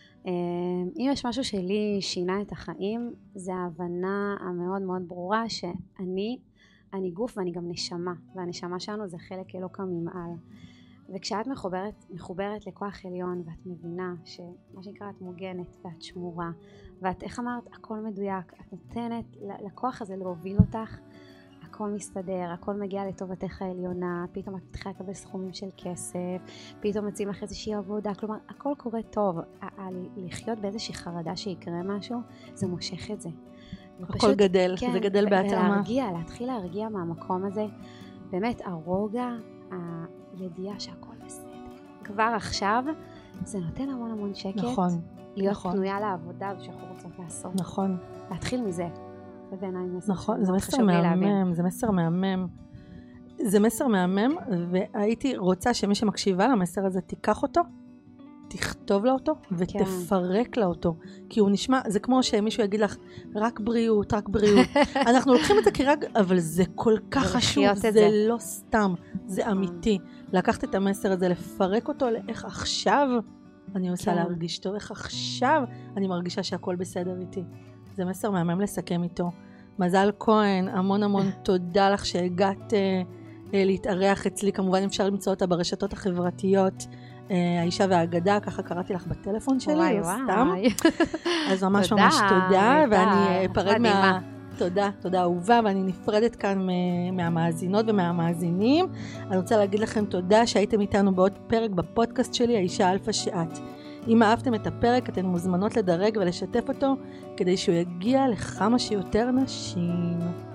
אם יש משהו שלי שינה את החיים, זה ההבנה המאוד מאוד ברורה שאני, אני גוף ואני גם נשמה, והנשמה שלנו זה חלק אלוקא ממעל. וכשאת מחוברת, מחוברת לכוח עליון ואת מבינה שמה שנקרא את מוגנת ואת שמורה ואת, איך אמרת, הכל מדויק, את נותנת לכוח הזה להוביל אותך, הכל מסתדר, הכל מגיע לטובתך העליונה, פתאום את מתחילה לקבל סכומים של כסף, פתאום מציעים לך איזושהי עבודה, כלומר הכל קורה טוב. לחיות באיזושהי חרדה שיקרה משהו, זה מושך את זה. הכל ופשוט, גדל, כן, זה גדל בהתאמה. ולהרגיע, להתחיל להרגיע מהמקום הזה, באמת הרוגע, הידיעה שהכל בסדר. כבר עכשיו זה נותן המון המון שקט. נכון. להיות נכון. פנויה לעבודה שאנחנו רוצות לעשות. נכון. להתחיל מזה. זה בעיניי מסר. נכון, זה מסר מהמם, זה מסר מהמם. זה מסר מהמם, והייתי רוצה שמי שמקשיבה למסר הזה תיקח אותו, תכתוב לה אותו ותפרק לה אותו. כי הוא נשמע, זה כמו שמישהו יגיד לך, רק בריאות, רק בריאות. אנחנו לוקחים את זה כרק, אבל זה כל כך חשוב, זה לא סתם, זה אמיתי. לקחת את המסר הזה, לפרק אותו לאיך עכשיו אני עושה להרגיש טוב, איך עכשיו אני מרגישה שהכל בסדר איתי. זה מסר מהמם לסכם איתו. מזל כהן, המון המון תודה לך שהגעת להתארח אצלי. כמובן אפשר למצוא אותה ברשתות החברתיות, האישה והאגדה, ככה קראתי לך בטלפון שלי, לא סתם. אז ממש ממש תודה, ואני אפרד מה... תודה, תודה אהובה, ואני נפרדת כאן מהמאזינות ומהמאזינים. אני רוצה להגיד לכם תודה שהייתם איתנו בעוד פרק בפודקאסט שלי, האישה אלפא שאת. אם אהבתם את הפרק, אתן מוזמנות לדרג ולשתף אותו, כדי שהוא יגיע לכמה שיותר נשים.